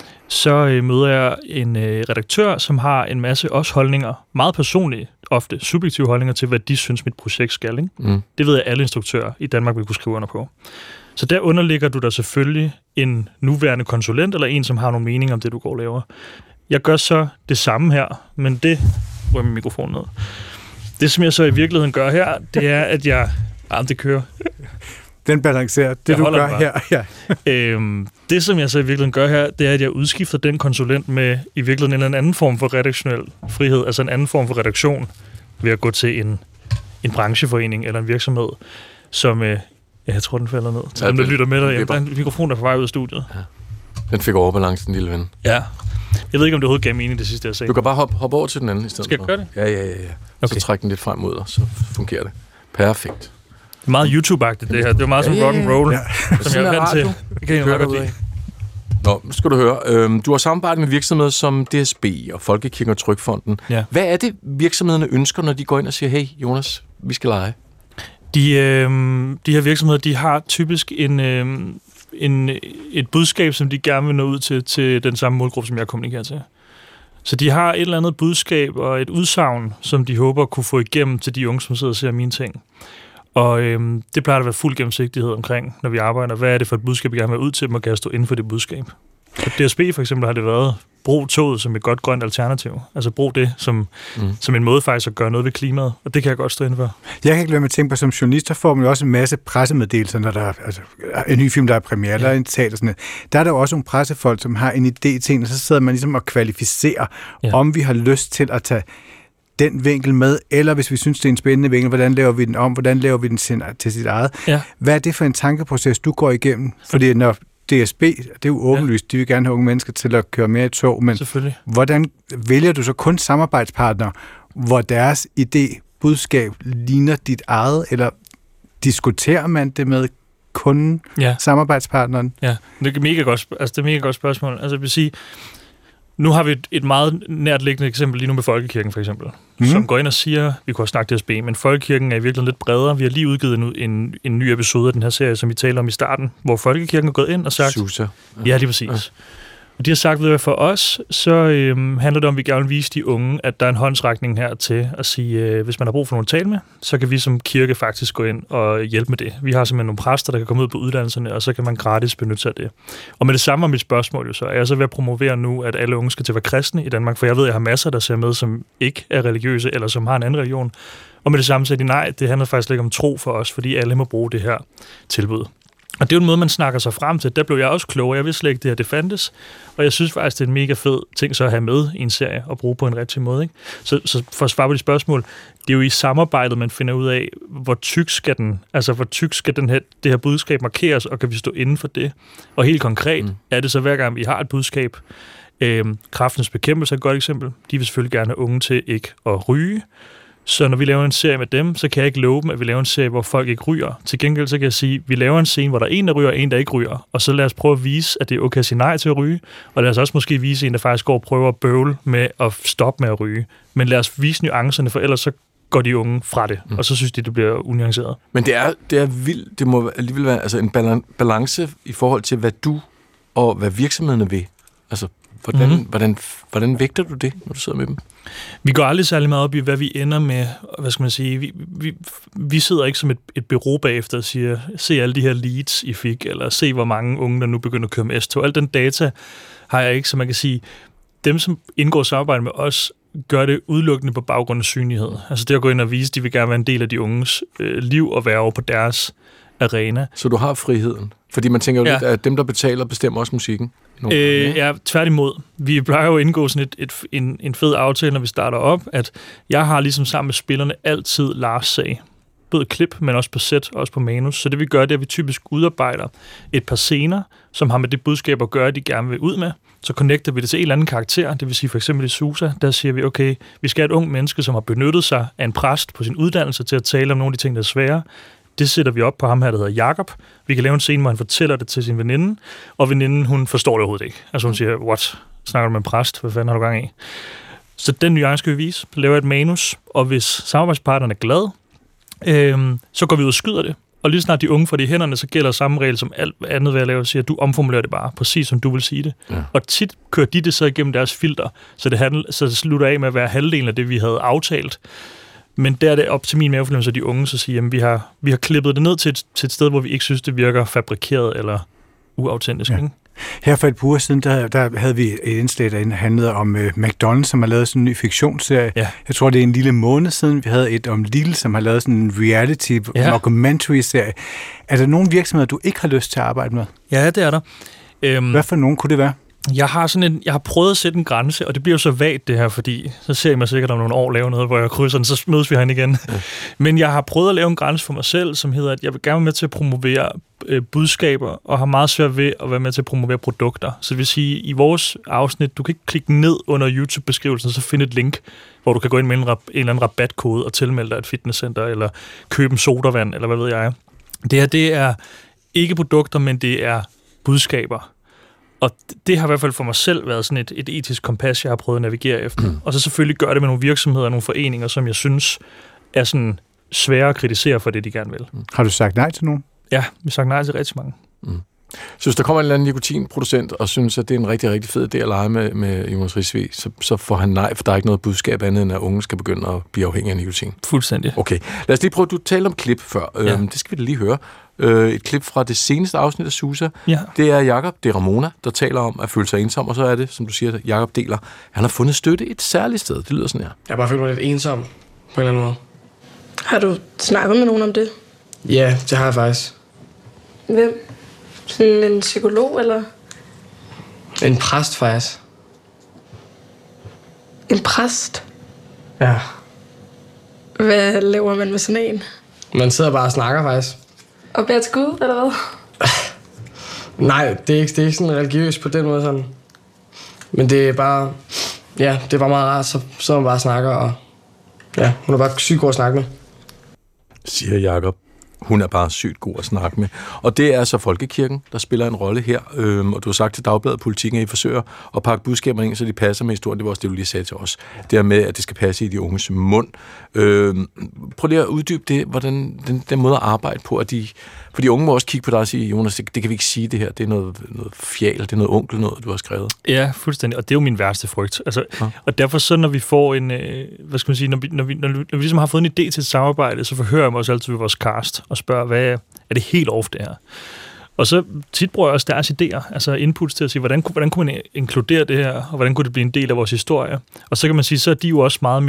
så møder jeg en redaktør, som har en masse også holdninger, meget personlige, ofte subjektive holdninger til, hvad de synes, mit projekt skal. Ikke? Det ved jeg, alle instruktører i Danmark vil kunne skrive under på. Så der underlægger du der selvfølgelig en nuværende konsulent, eller en, som har nogle meninger om det, du går og laver. Jeg gør så det samme her, men det rører min mikrofon ned. Det, som jeg så i virkeligheden gør her, det er, at jeg... det kører. Den balancerer. Det, du gør her. Ja. Det, som jeg så i virkeligheden gør her, det er, at jeg udskifter den konsulent med i virkeligheden en anden form for redaktionel frihed, altså en anden form for redaktion, ved at gå til en brancheforening eller en virksomhed, som... jeg tror, den falder ned. Så dem, der lytter med dig, der er en mikrofon, der er på vej ud af studiet. Ja. Den fik overbalance, den lille ven. Ja. Jeg ved ikke, om det overhovedet gav mening det sidste, jeg sagde. Du kan bare hoppe over til den anden i stedet. Skal jeg gøre det? Ja. Okay. Så træk den lidt frem mod dig, så fungerer det. Perfekt. Det er meget YouTube-agtigt, det her. Det er meget som rock and roll, som jeg er vant til. Det kan jeg meget godt lide. Nå, nu skal du høre. Du har samarbejdet med virksomheder som DSB og Folkekirken og Trygfonden. Ja. Hvad er det, virksomhederne ønsker, når de går ind og siger, hey, Jonas, vi skal lege? De her virksomheder, de har typisk et budskab, som de gerne vil nå ud til den samme målgruppe, som jeg kommunikerer til. Så de har et eller andet budskab og et udsagn, som de håber at kunne få igennem til de unge, som sidder og ser mine ting. Og det plejer at være fuld gennemsigtighed omkring, når vi arbejder. Hvad er det for et budskab, vi gerne vil ud til dem, og kan stå inden for det budskab? For DSB for eksempel har det været, brug toget som et godt grønt alternativ. Altså brug det som en måde faktisk at gøre noget ved klimaet, og det kan jeg godt stå inden for. Jeg kan ikke lade mig tænke på, som journalist, der får man jo også en masse pressemeddelelser, når der er en ny film, der er premiere, eller en teater, sådan noget. Der er der også nogle pressefolk, som har en idé til en, og så sidder man ligesom og kvalificerer, om vi har lyst til at tage den vinkel med, eller hvis vi synes, det er en spændende vinkel, hvordan laver vi den om, hvordan laver vi den til sit eget. Ja. Hvad er det for en tankeproces, du går igennem? Fordi når DSB, det er jo åbenlyst, de vil gerne have unge mennesker til at køre mere i tog, men hvordan vælger du så kun samarbejdspartnere, hvor deres idé, budskab ligner dit eget, eller diskuterer man det med kunden, samarbejdspartneren? Ja, det er mega godt, det er mega godt spørgsmål. Altså jeg vil sige, nu har vi et meget nærtliggende eksempel lige nu med Folkekirken for eksempel, som går ind og siger, vi kunne have snakket DSB, men Folkekirken er i virkeligheden lidt bredere. Vi har lige udgivet en ny episode af den her serie, som vi taler om i starten, hvor Folkekirken er gået ind og sagt... Susa. Ja, lige præcis. Ja. Og de har sagt, at for os, så handler det om, at vi gerne vil vise de unge, at der er en håndsrækning her til at sige, hvis man har brug for nogen at tale med, så kan vi som kirke faktisk gå ind og hjælpe med det. Vi har simpelthen nogle præster, der kan komme ud på uddannelserne, og så kan man gratis benytte sig af det. Og med det samme om mit spørgsmål, jo, så er jeg så ved at promovere nu, at alle unge skal til at være kristne i Danmark, for jeg ved, at jeg har masser, der ser med, som ikke er religiøse, eller som har en anden religion. Og med det samme siger de, nej, det handler faktisk ikke om tro for os, fordi alle må bruge det her tilbud. Og det er jo en måde, man snakker sig frem til. Der blev jeg også klogere. Jeg vidste slet ikke, det her det fandtes. Og jeg synes faktisk, det er en mega fed ting så at have med i en serie og bruge på en rigtig måde. Ikke? Så for at svare på de spørgsmål, det er jo i samarbejdet, man finder ud af, hvor tyk skal det her budskab markeres, og kan vi stå inden for det? Og helt konkret er det så, hver gang vi har et budskab, Kræftens Bekæmpelse er et godt eksempel. De vil selvfølgelig gerne have unge til ikke at ryge. Så når vi laver en serie med dem, så kan jeg ikke love dem, at vi laver en serie, hvor folk ikke ryger. Til gengæld så kan jeg sige, at vi laver en scene, hvor der er en, der ryger, og en, der ikke ryger. Og så lad os prøve at vise, at det er okay at sige nej til at ryge. Og lad os også måske vise en, der faktisk går og prøver at bøvle med at stoppe med at ryge. Men lad os vise nuancerne, for ellers så går de unge fra det. Og så synes de, det bliver unuanceret. Men det er vildt. Det må alligevel være altså en balance i forhold til, hvad du og hvad virksomhederne vil. Altså, hvordan vægter du det, når du sidder med dem? Vi går aldrig særlig meget op i, hvad vi ender med. Hvad skal man sige? Vi sidder ikke som et bureau bagefter og siger, se alle de her leads, I fik, eller se, hvor mange unge, der nu begynder at køre med S-tog. Al den data har jeg ikke, så man kan sige, dem, som indgår samarbejde med os, gør det udelukkende på baggrund af synlighed. Altså det at gå ind og vise, de vil gerne være en del af de unges liv og være over på deres arena. Så du har friheden? Fordi man tænker jo lidt, at dem, der betaler, bestemmer også musikken. Ja, tværtimod. Vi plejer jo at indgå sådan en fed aftale, når vi starter op, at jeg har ligesom sammen med spillerne altid Lars sag. Både klip, men også på set, også på manus. Så det vi gør, det er, at vi typisk udarbejder et par scener, som har med det budskab at gøre, de gerne vil ud med. Så connecter vi det til en eller anden karakter, det vil sige for eksempel i Susa, der siger vi, okay, vi skal have et ung menneske, som har benyttet sig af en præst på sin uddannelse til at tale om nogle af de ting, der er svære. Det sætter vi op på ham her, der hedder Jakob. Vi kan lave en scene, hvor han fortæller det til sin veninde, og veninden, hun forstår det overhovedet ikke. Altså hun siger, what? Snakker du med en præst? Hvad fanden har du gang i? Så den nuance skal vi vise. Laver et manus, og hvis samarbejdspartneren er glad, så går vi ud og skyder det. Og lige snart de unge får det i hænderne, så gælder samme regel som alt andet, hvad jeg laver, siger, at du omformulerer det bare, præcis som du vil sige det. Ja. Og tit kører de det så igennem deres filter, så det slutter af med at være halvdelen af det, vi havde aftalt. Men der er det op til min mavefornemmelse, at de unge så siger, at vi har klippet det ned til et sted, hvor vi ikke synes, det virker fabrikeret eller uautentisk. Ja. Ikke? Her for et par uger siden, der havde vi et indslag, der handlede om McDonald's, som har lavet sådan en ny fiktionsserie. Ja. Jeg tror, det er en lille måned siden, vi havde et om Lidl, som har lavet sådan en reality documentary-serie. Er der nogle virksomheder, du ikke har lyst til at arbejde med? Ja, det er der. Hvad for nogen kunne det være? Jeg har prøvet at sætte en grænse, og det bliver jo så vagt det her, fordi så ser jeg mig sikkert om nogle år lave noget, hvor jeg krydser den, så mødes vi herinde igen. Ja. Men jeg har prøvet at lave en grænse for mig selv, som hedder, at jeg vil gerne være med til at promovere budskaber, og har meget svært ved at være med til at promovere produkter. Så det vil sige, i vores afsnit, du kan ikke klikke ned under YouTube-beskrivelsen, så finde et link, hvor du kan gå ind med en eller anden rabatkode og tilmelde dig et fitnesscenter, eller købe en sodavand, eller hvad ved jeg. Det her, det er ikke produkter, men det er budskaber. Og det har i hvert fald for mig selv været sådan et etisk kompas, jeg har prøvet at navigere efter. Og så selvfølgelig gør det med nogle virksomheder og nogle foreninger, som jeg synes er sådan svære at kritisere for det, de gerne vil. Har du sagt nej til nogen? Ja, vi har sagt nej til rigtig mange. Så hvis der kommer en eller anden nikotinproducent og synes, at det er en rigtig, rigtig fed idé at lege med Jonas Risvig, så får han nej, for der er ikke noget budskab andet, end at unge skal begynde at blive afhængige af nikotin. Fuldstændig. Okay, lad os lige prøve, du talte om klip før. Ja. Det skal vi da lige høre. Et klip fra det seneste afsnit af Susa. Ja. Det er Jakob de Ramona, der taler om at føle sig ensom, og så er det, som du siger, Jakob deler. Han har fundet støtte et særligt sted. Det lyder sådan her. Jeg har bare følt mig lidt ensom på en eller anden måde. Har du snakket med nogen om det? Ja, det har jeg faktisk. Hvem? Sådan en psykolog, eller? En præst, faktisk. En præst? Ja. Hvad laver man med sådan en? Man sidder bare og snakker, faktisk. Og beder til Gud, eller hvad? Nej, det er ikke sådan religiøst på den måde, sådan. Men det er bare... Ja, det er bare meget rart, så man bare snakker, og... Ja, hun er bare sygt god at snakke med. Siger Jakob. Hun er bare sygt god at snakke med. Og det er så Folkekirken, der spiller en rolle her. Og du har sagt til Dagbladet Politikken, at I forsøger at pakke budskaber ind, så de passer med historien. Det var også det, du lige sagde til os. Det er med, at det skal passe i de unges mund. Prøv lige at uddybe det, hvordan den måde at arbejde på, at for de unge må også kigge på dig og sige, Jonas, det kan vi ikke sige det her. Det er noget fjal, det er noget onkel noget, du har skrevet. Ja, fuldstændig. Og det er jo min værste frygt. Altså, og derfor så, når vi får en, hvad skal man sige, når vi ligesom har fået en idé til et samarbejde, så forhører jeg mig også altid ved vores cast og spørger, hvad er det helt off det her? Og så tit bruger jeg også deres idéer, altså inputs til at sige, hvordan kunne man inkludere det her, og hvordan kunne det blive en del af vores historie? Og så kan man sige, så er de jo også meget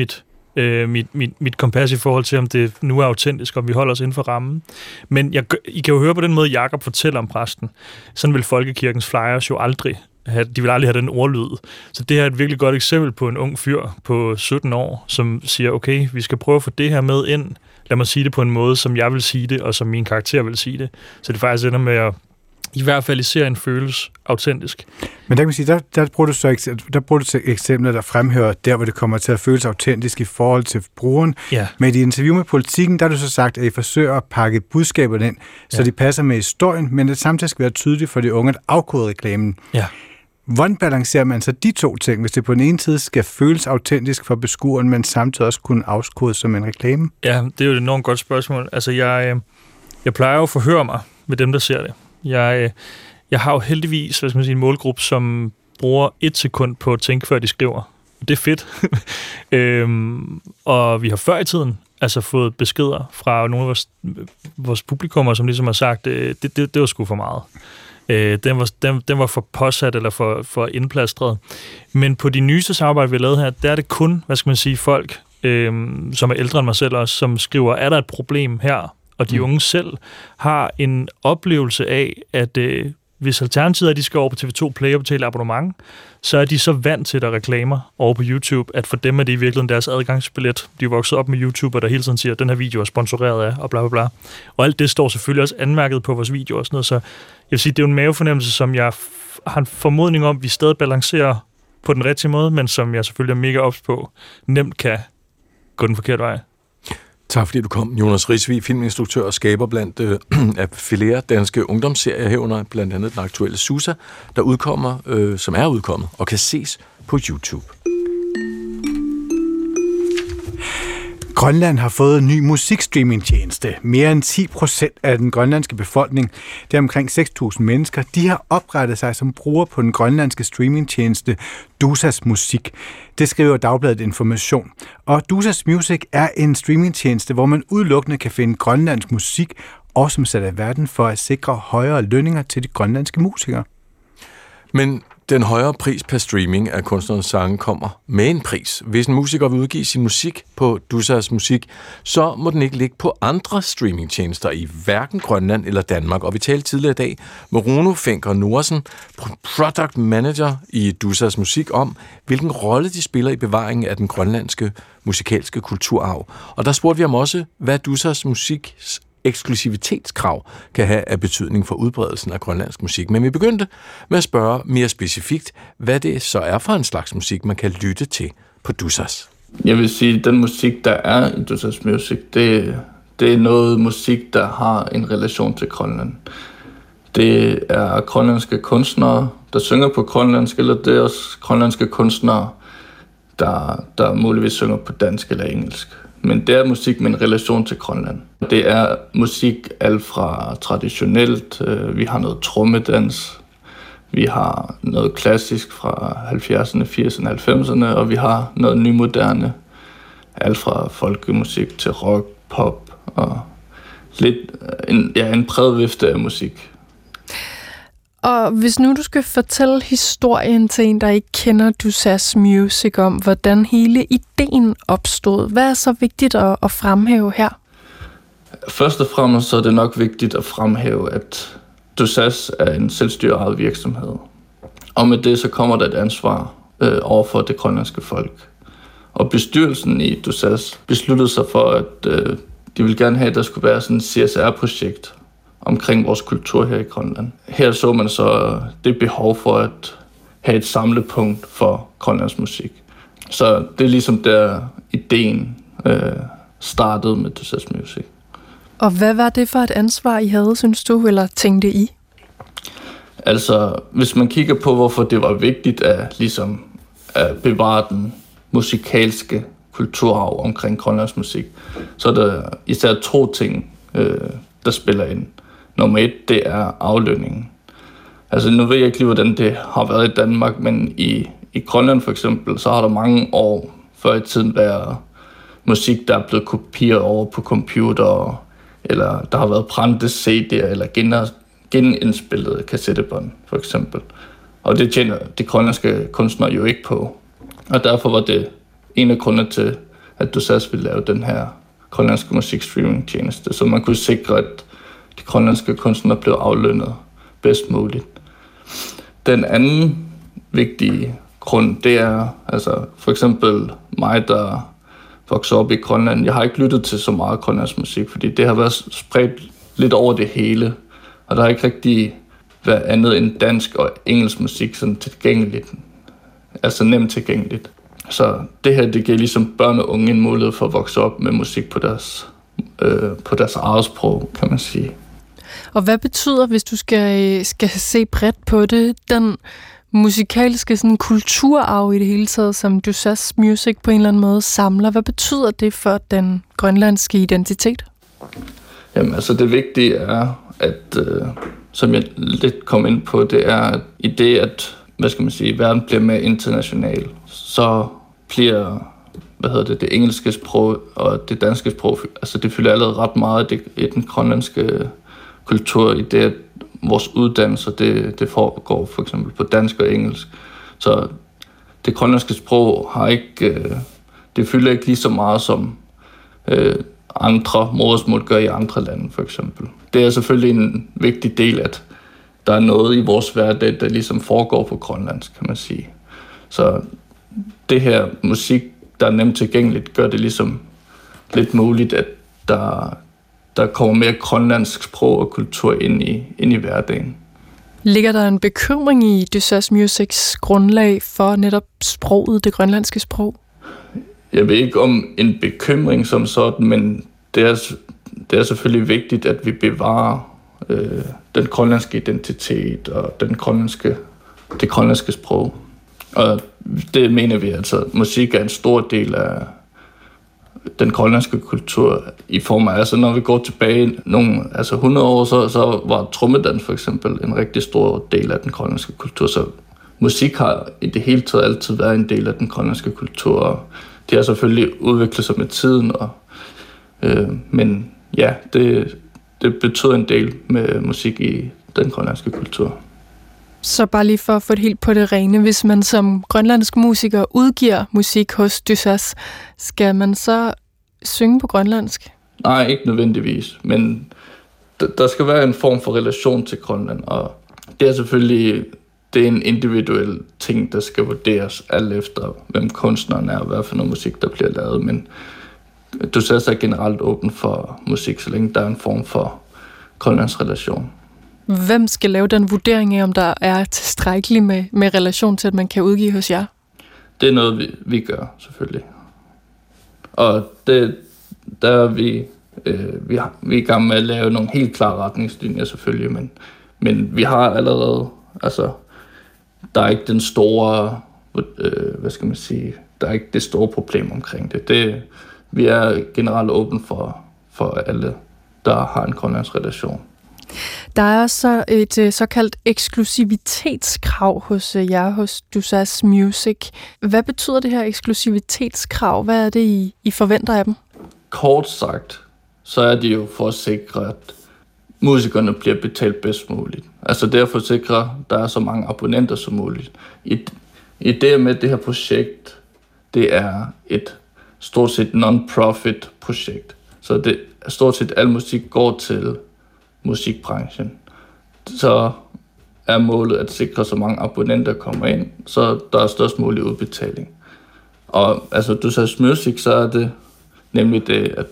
mit kompas i forhold til, om det nu er autentisk, og vi holder os inden for rammen. Men I kan jo høre på den måde, Jakob fortæller om præsten. Sådan vil Folkekirkens flyers jo aldrig de vil aldrig have den ordlyd. Så det her er et virkelig godt eksempel på en ung fyr på 17 år, som siger, okay, vi skal prøve at få det her med ind. Lad mig sige det på en måde, som jeg vil sige det, og som min karakter vil sige det. Så det faktisk ender med at i hvert fald i serien føles autentisk. Men der kan man sige, der bruger du så eksempler, der fremhører der, hvor det kommer til at føles autentisk i forhold til brugeren. Ja. Men i interview med Politikken, der har du så sagt, at I forsøger at pakke budskaberne ind, så de passer med historien, men det samtidig skal være tydeligt for de unge at afkode reklamen. Ja. Hvordan balancerer man så de to ting, hvis det på den ene side skal føles autentisk for beskueren, men samtidig også kunne afkodes som en reklame? Ja, det er jo et enormt godt spørgsmål. Altså, jeg plejer jo at forhøre mig med dem, der ser det. Jeg har jo heldigvis, hvad skal man sige, en målgruppe, som bruger 1 sekund på at tænke, før de skriver. Det er fedt. Og vi har før i tiden altså fået beskeder fra nogle af vores publikummer, som ligesom har sagt, det var sgu for meget. Den var for påsat eller for indplastret. Men på de nyeste samarbejder, vi har lavet her, der er det kun, hvad skal man sige, folk, som er ældre end mig selv også, som skriver, er der et problem her? Og de unge selv har en oplevelse af, at hvis alternativet er, at de skal over på TV2 Play og betale abonnement, så er de så vant til, at der er reklamer over på YouTube, at for dem er det i virkeligheden deres adgangsbillet. De er vokset op med YouTuber, der hele tiden siger, at den her video er sponsoreret af, og bla bla bla. Og alt det står selvfølgelig også anmærket på vores video og sådan noget, så jeg vil sige, det er jo en mavefornemmelse, som jeg har en formodning om, at vi stadig balancerer på den rigtige måde, men som jeg selvfølgelig er mega ops på, nemt kan gå den forkerte vej. Tak fordi du kom, Jonas Risvig, filminstruktør og skaber blandt af flere danske ungdomsserier herunder, blandt andet den aktuelle Susa, der udkommer, som er udkommet og kan ses på YouTube. Grønland har fået en ny musikstreamingtjeneste. Mere end 10% af den grønlandske befolkning, det er omkring 6.000 mennesker, de har oprettet sig som brugere på den grønlandske streamingtjeneste Dusas Musik. Det skriver Dagbladet Information. Og Dusas Music er en streamingtjeneste, hvor man udelukkende kan finde grønlandsk musik, og som sætter i verden for at sikre højere lønninger til de grønlandske musikere. Men Den højere pris per streaming af kunstnerens sange kommer med en pris. Hvis en musiker vil udgive sin musik på Dusas Musik, så må den ikke ligge på andre streamingtjenester i hverken Grønland eller Danmark. Og vi talte tidligere i dag med Runo Fenker Norsen, product manager i Dusas Musik, om hvilken rolle de spiller i bevaringen af den grønlandske musikalske kulturarv. Og der spurgte vi ham også, hvad Dusas Musiks eksklusivitetskrav kan have af betydning for udbredelsen af grønlandsk musik. Men vi begyndte med at spørge mere specifikt, hvad det så er for en slags musik, man kan lytte til på Dusas. Jeg vil sige, at den musik, der er i Dusas Music, det er noget musik, der har en relation til Grønland. Det er grønlandske kunstnere, der synger på grønlandsk, eller det er også grønlandske kunstnere, der muligvis synger på dansk eller engelsk. Men det er musik med en relation til Grønland. Det er musik alt fra traditionelt, vi har noget trommedans, vi har noget klassisk fra 70'erne, 80'erne, 90'erne, og vi har noget nymoderne, alt fra folkemusik til rock, pop og lidt en bred vifte af musik. Og hvis nu du skal fortælle historien til en, der ikke kender Dusas Music, om hvordan hele ideen opstod, hvad er så vigtigt at fremhæve her? Først og fremmest så er det nok vigtigt at fremhæve, at Dusas er en selvstyret virksomhed. Og med det så kommer der et ansvar over for det grønlandske folk. Og bestyrelsen i Dusas besluttede sig for, at de ville gerne have, at der skulle være sådan et CSR-projekt omkring vores kultur her i Grønland. Her så man så det behov for at have et samlepunkt for grønlandsk musik. Så det er ligesom der ideen startede med Dusas Music. Og hvad var det for et ansvar, I havde, synes du, eller tænkte I? Altså, hvis man kigger på, hvorfor det var vigtigt at bevare den musikalske kulturarv omkring grønlandsk musik, så er der især 2 ting, der spiller ind. Nummer 1, det er aflønningen. Altså nu ved jeg ikke lige, hvordan det har været i Danmark, men i Grønland for eksempel, så har der mange år før i tiden været musik, der er blevet kopieret over på computer, eller der har været brændte CD'er, eller genindspillede kassettebånd for eksempel. Og det tjener de grønlandske kunstnere jo ikke på. Og derfor var det en af grundene til, at Dusas ville lave den her grønlandske musikstreaming-tjeneste, så man kunne sikre, at de grønlandske kunstnere blev aflønnet bedst muligt. Den anden vigtige grund, det er altså for eksempel mig, der voksede op i Grønland. Jeg har ikke lyttet til så meget grønlandsk musik, fordi det har været spredt lidt over det hele, og der har ikke rigtig været andet end dansk og engelsk musik sådan tilgængeligt, altså nemt tilgængeligt. Så det her, det giver ligesom børn og unge en mulighed for at vokse op med musik på deres eget sprog, kan man sige. Og hvad betyder, hvis du skal se bredt på det, den musikalske sådan, kulturarv i det hele taget, som Dusas Music på en eller anden måde samler? Hvad betyder det for den grønlandske identitet? Jamen altså det vigtige er, at som jeg lidt kom ind på, det er at i det, at verden bliver mere international, så bliver det engelske sprog og det danske sprog, altså det fylder allerede ret meget i den grønlandske kultur, i det, at vores uddannelser, det foregår for eksempel på dansk og engelsk. Så det grønlandske sprog har ikke, det fylder ikke lige så meget som andre modersmål gør i andre lande for eksempel. Det er selvfølgelig en vigtig del, at der er noget i vores hverdag, der ligesom foregår på grønlandsk, kan man sige. Så det her musik, der er nemt tilgængeligt, gør det ligesom lidt muligt, at der kommer mere grønlandsk sprog og kultur ind i hverdagen. Ligger der en bekymring i Dusas Musics grundlag for netop sproget, det grønlandske sprog? Jeg ved ikke om en bekymring som sådan, men det er selvfølgelig vigtigt, at vi bevarer den grønlandske identitet og det grønlandske sprog. Og det mener vi altså, musik er en stor del af den grønlandske kultur i form af, altså når vi går tilbage 100 år, så var trommedans for eksempel en rigtig stor del af den grønlandske kultur. Så musik har i det hele taget altid været en del af den grønlandske kultur, og det har selvfølgelig udviklet sig med tiden. Men ja, det betyder en del med musik i den grønlandske kultur. Så bare lige for at få det helt på det rene, hvis man som grønlandsk musiker udgiver musik hos Dysas, skal man så synge på grønlandsk? Nej, ikke nødvendigvis, men der skal være en form for relation til Grønland, og det er selvfølgelig en individuel ting, der skal vurderes alt efter, hvem kunstneren er, og hvad for noget musik, der bliver lavet, men Dysas er generelt åben for musik, så længe der er en form for Grønlands relation. Hvem skal lave den vurdering af, om der er tilstrækkeligt med relation til, at man kan udgive hos jer? Det er noget, vi gør, selvfølgelig. Og der er vi er i gang med at lave nogle helt klare retningslinjer, selvfølgelig, men vi har allerede, altså, der er ikke den store, hvad skal man sige, der er ikke det store problem omkring det. Vi er generelt åben for alle, der har en grønlandsk relation. Der er også et såkaldt eksklusivitetskrav hos jer, hos Dysas Music. Hvad betyder det her eksklusivitetskrav? Hvad er det, I forventer af dem? Kort sagt, så er det jo for at sikre, at musikerne bliver betalt bedst muligt. Altså derfor sikre, at der er så mange abonnenter som muligt. Idéen med det her projekt, det er et stort set non-profit projekt. Så det stort set al musik går til musikbranchen. Så er målet at sikre, så mange abonnenter kommer ind, så der er størst mulig udbetaling. Og altså Dysas Music, så er det nemlig det, at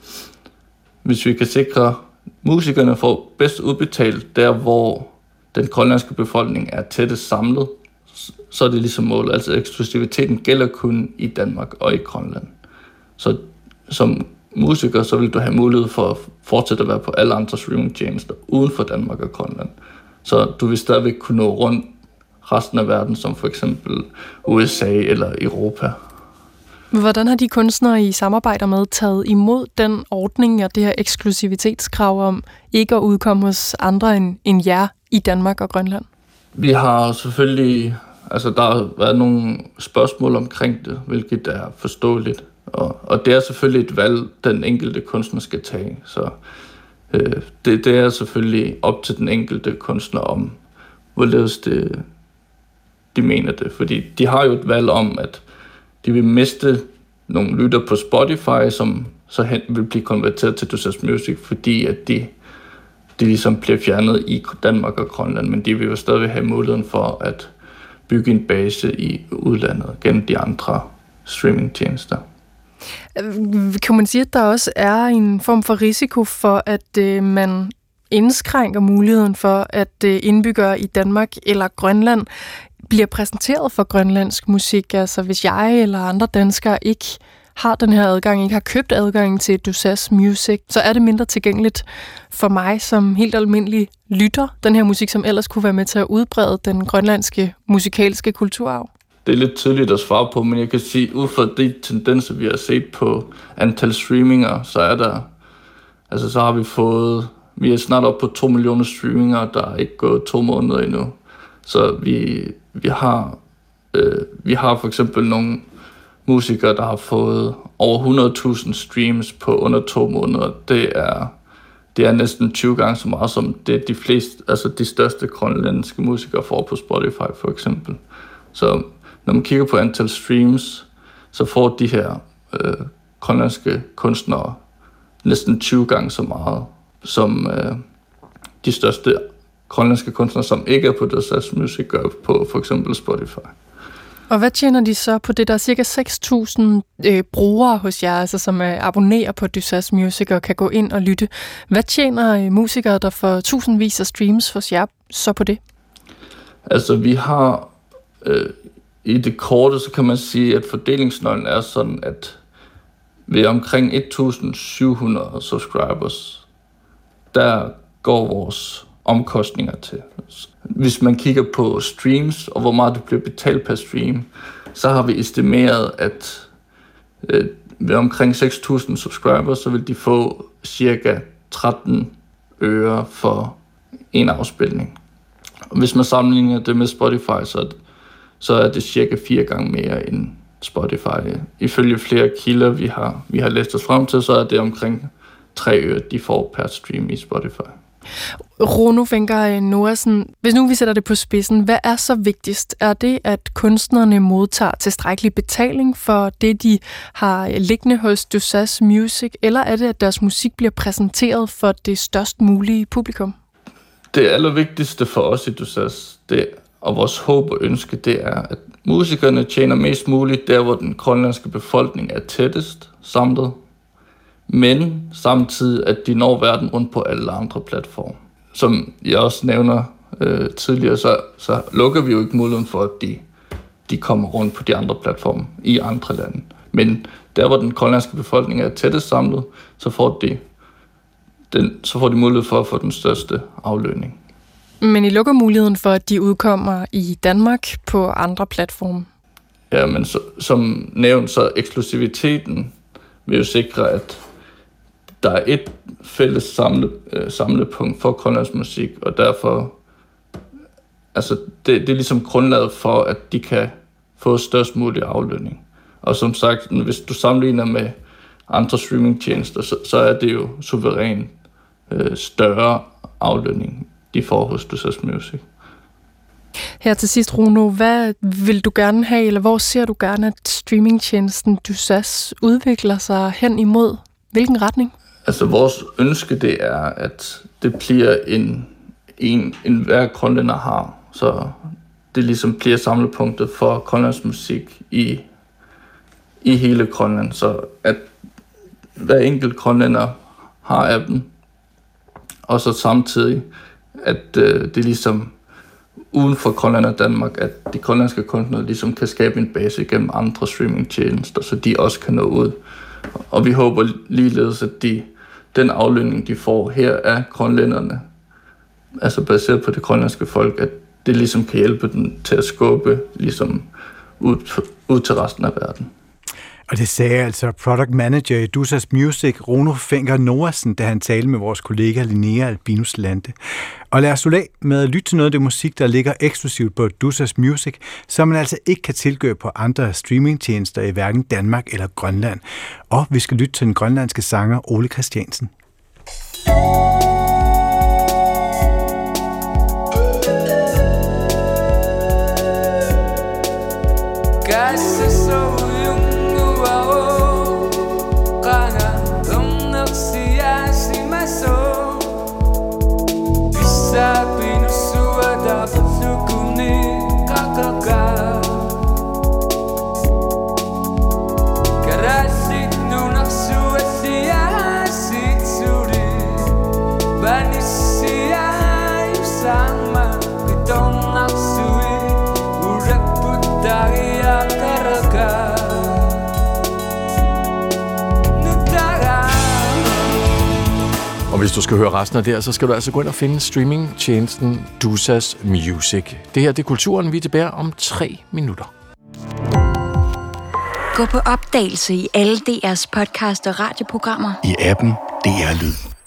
hvis vi kan sikre, musikerne får bedst udbetalt der, hvor den grønlandske befolkning er tættest samlet, så er det ligesom målet. Altså eksklusiviteten gælder kun i Danmark og i Grønland. Så som musiker, så vil du have mulighed for at fortsætte at være på alle andre streamingtjenester uden for Danmark og Grønland. Så du vil stadigvæk kunne nå rundt resten af verden, som for eksempel USA eller Europa. Hvordan har de kunstnere, I samarbejder med, taget imod den ordning og det her eksklusivitetskrav om ikke at udkomme hos andre end jer i Danmark og Grønland? Vi har selvfølgelig, altså der har været nogle spørgsmål omkring det, hvilket er forståeligt. Og det er selvfølgelig et valg, den enkelte kunstner skal tage. Så det er selvfølgelig op til den enkelte kunstner om, hvorledes de mener det. Fordi de har jo et valg om, at de vil miste nogle lytter på Spotify, som så hen vil blive konverteret til Dysas Music, fordi at de ligesom bliver fjernet i Danmark og Grønland, men de vil jo stadig have muligheden for at bygge en base i udlandet gennem de andre streamingtjenester. Kan man sige, at der også er en form for risiko for, at man indskrænker muligheden for, at indbyggere i Danmark eller Grønland bliver præsenteret for grønlandsk musik? Altså hvis jeg eller andre danskere ikke har den her adgang, ikke har købt adgang til Dysas Music, så er det mindre tilgængeligt for mig som helt almindelig lytter, den her musik, som ellers kunne være med til at udbrede den grønlandske musikalske kulturarv. Det er lidt tydeligt at svare på, men jeg kan sige, ud fra de tendenser, vi har set på antal streaminger, så er der, altså så har vi er snart op på 2 millioner streaminger, der er ikke gået 2 måneder endnu. Så vi har for eksempel nogle musikere, der har fået over 100.000 streams på under 2 måneder. Det er næsten 20 gange så meget, som det de fleste, altså de største grønlandske musikere får på Spotify for eksempel. Så når man kigger på antal streams, så får de her grønlandske kunstnere næsten 20 gange så meget, som de største grønlandske kunstnere, som ikke er på Dysas Music, gør på for eksempel Spotify. Og hvad tjener de så på det? Der er cirka 6.000 brugere hos jer, altså, som abonnerer på Dysas Music og kan gå ind og lytte. Hvad tjener musikere, der får tusindvis af streams hos jer, så på det? Altså vi har i det korte, så kan man sige, at fordelingsnøglen er sådan, at ved omkring 1.700 subscribers, der går vores omkostninger til. Hvis man kigger på streams, og hvor meget det bliver betalt per stream, så har vi estimeret, at ved omkring 6.000 subscribers, så vil de få cirka 13 øre for en afspilning. Og hvis man sammenligner det med Spotify, så er det cirka 4 gange mere end Spotify. Ifølge flere kilder, vi har læst os frem til, så er det omkring 3 øre, de får per stream i Spotify. Runo Fenker Noasen, hvis nu vi sætter det på spidsen, hvad er så vigtigst? Er det, at kunstnerne modtager tilstrækkelig betaling for det, de har liggende hos Dusas Music, eller er det, at deres musik bliver præsenteret for det størst mulige publikum? Det allervigtigste for os i Dusas, og vores håb og ønske, det er, at musikerne tjener mest muligt der, hvor den grønlandske befolkning er tættest samlet, men samtidig, at de når verden rundt på alle andre platforme. Som jeg også nævner tidligere, så lukker vi jo ikke muligheden for, at de kommer rundt på de andre platforme i andre lande. Men der, hvor den grønlandske befolkning er tættest samlet, så får de mulighed for at få den største aflønning. Men I lukker muligheden for, at de udkommer i Danmark på andre platforme? Ja, men som nævnt, så eksklusiviteten vil jo sikre, at der er et fælles samlepunkt for grønlandsk musik, og derfor altså det er ligesom grundlaget for, at de kan få størst mulig aflønning. Og som sagt, hvis du sammenligner med andre streamingtjenester, så er det jo suverænt større aflønning, de får hos Dusas Music. Her til sidst, Runo, hvad vil du gerne have, eller hvor ser du gerne, at streamingtjenesten Dusas udvikler sig hen imod? Hvilken retning? Altså vores ønske, det er, at det bliver en hver grønlænder har. Så det ligesom bliver samlepunktet for grønlandsk musik i hele Grønland. Så at hver enkelt grønlænder har appen, og så samtidig, at det ligesom uden for Grønland og Danmark, at de grønlandske kunstnere ligesom kan skabe en base gennem andre streamingtjenester, så de også kan nå ud. Og vi håber ligeledes, at den aflønning, de får her af grønlænderne, altså baseret på det grønlandske folk, at det ligesom kan hjælpe dem til at skubbe ligesom ud til resten af verden. Og det sagde altså product manager i Dusas Music, Runo Fenker Noasen, da han talte med vores kollega Linnea Albinus Lande. Og lad os slutte af med at lytte til noget af det musik, der ligger eksklusivt på Dusas Music, som man altså ikke kan tilgå på andre streamingtjenester i hverken Danmark eller Grønland. Og vi skal lytte til den grønlandske sanger Ole Christiansen. Hvis du skal høre resten af det, så skal du altså gå ind og finde streamingtjenesten Dusas Music. Det her, det er Kulturen, vi er tilbage om 3 minutter. Gå på opdagelse i alle DR's podcast og radioprogrammer. I appen DR Lyd.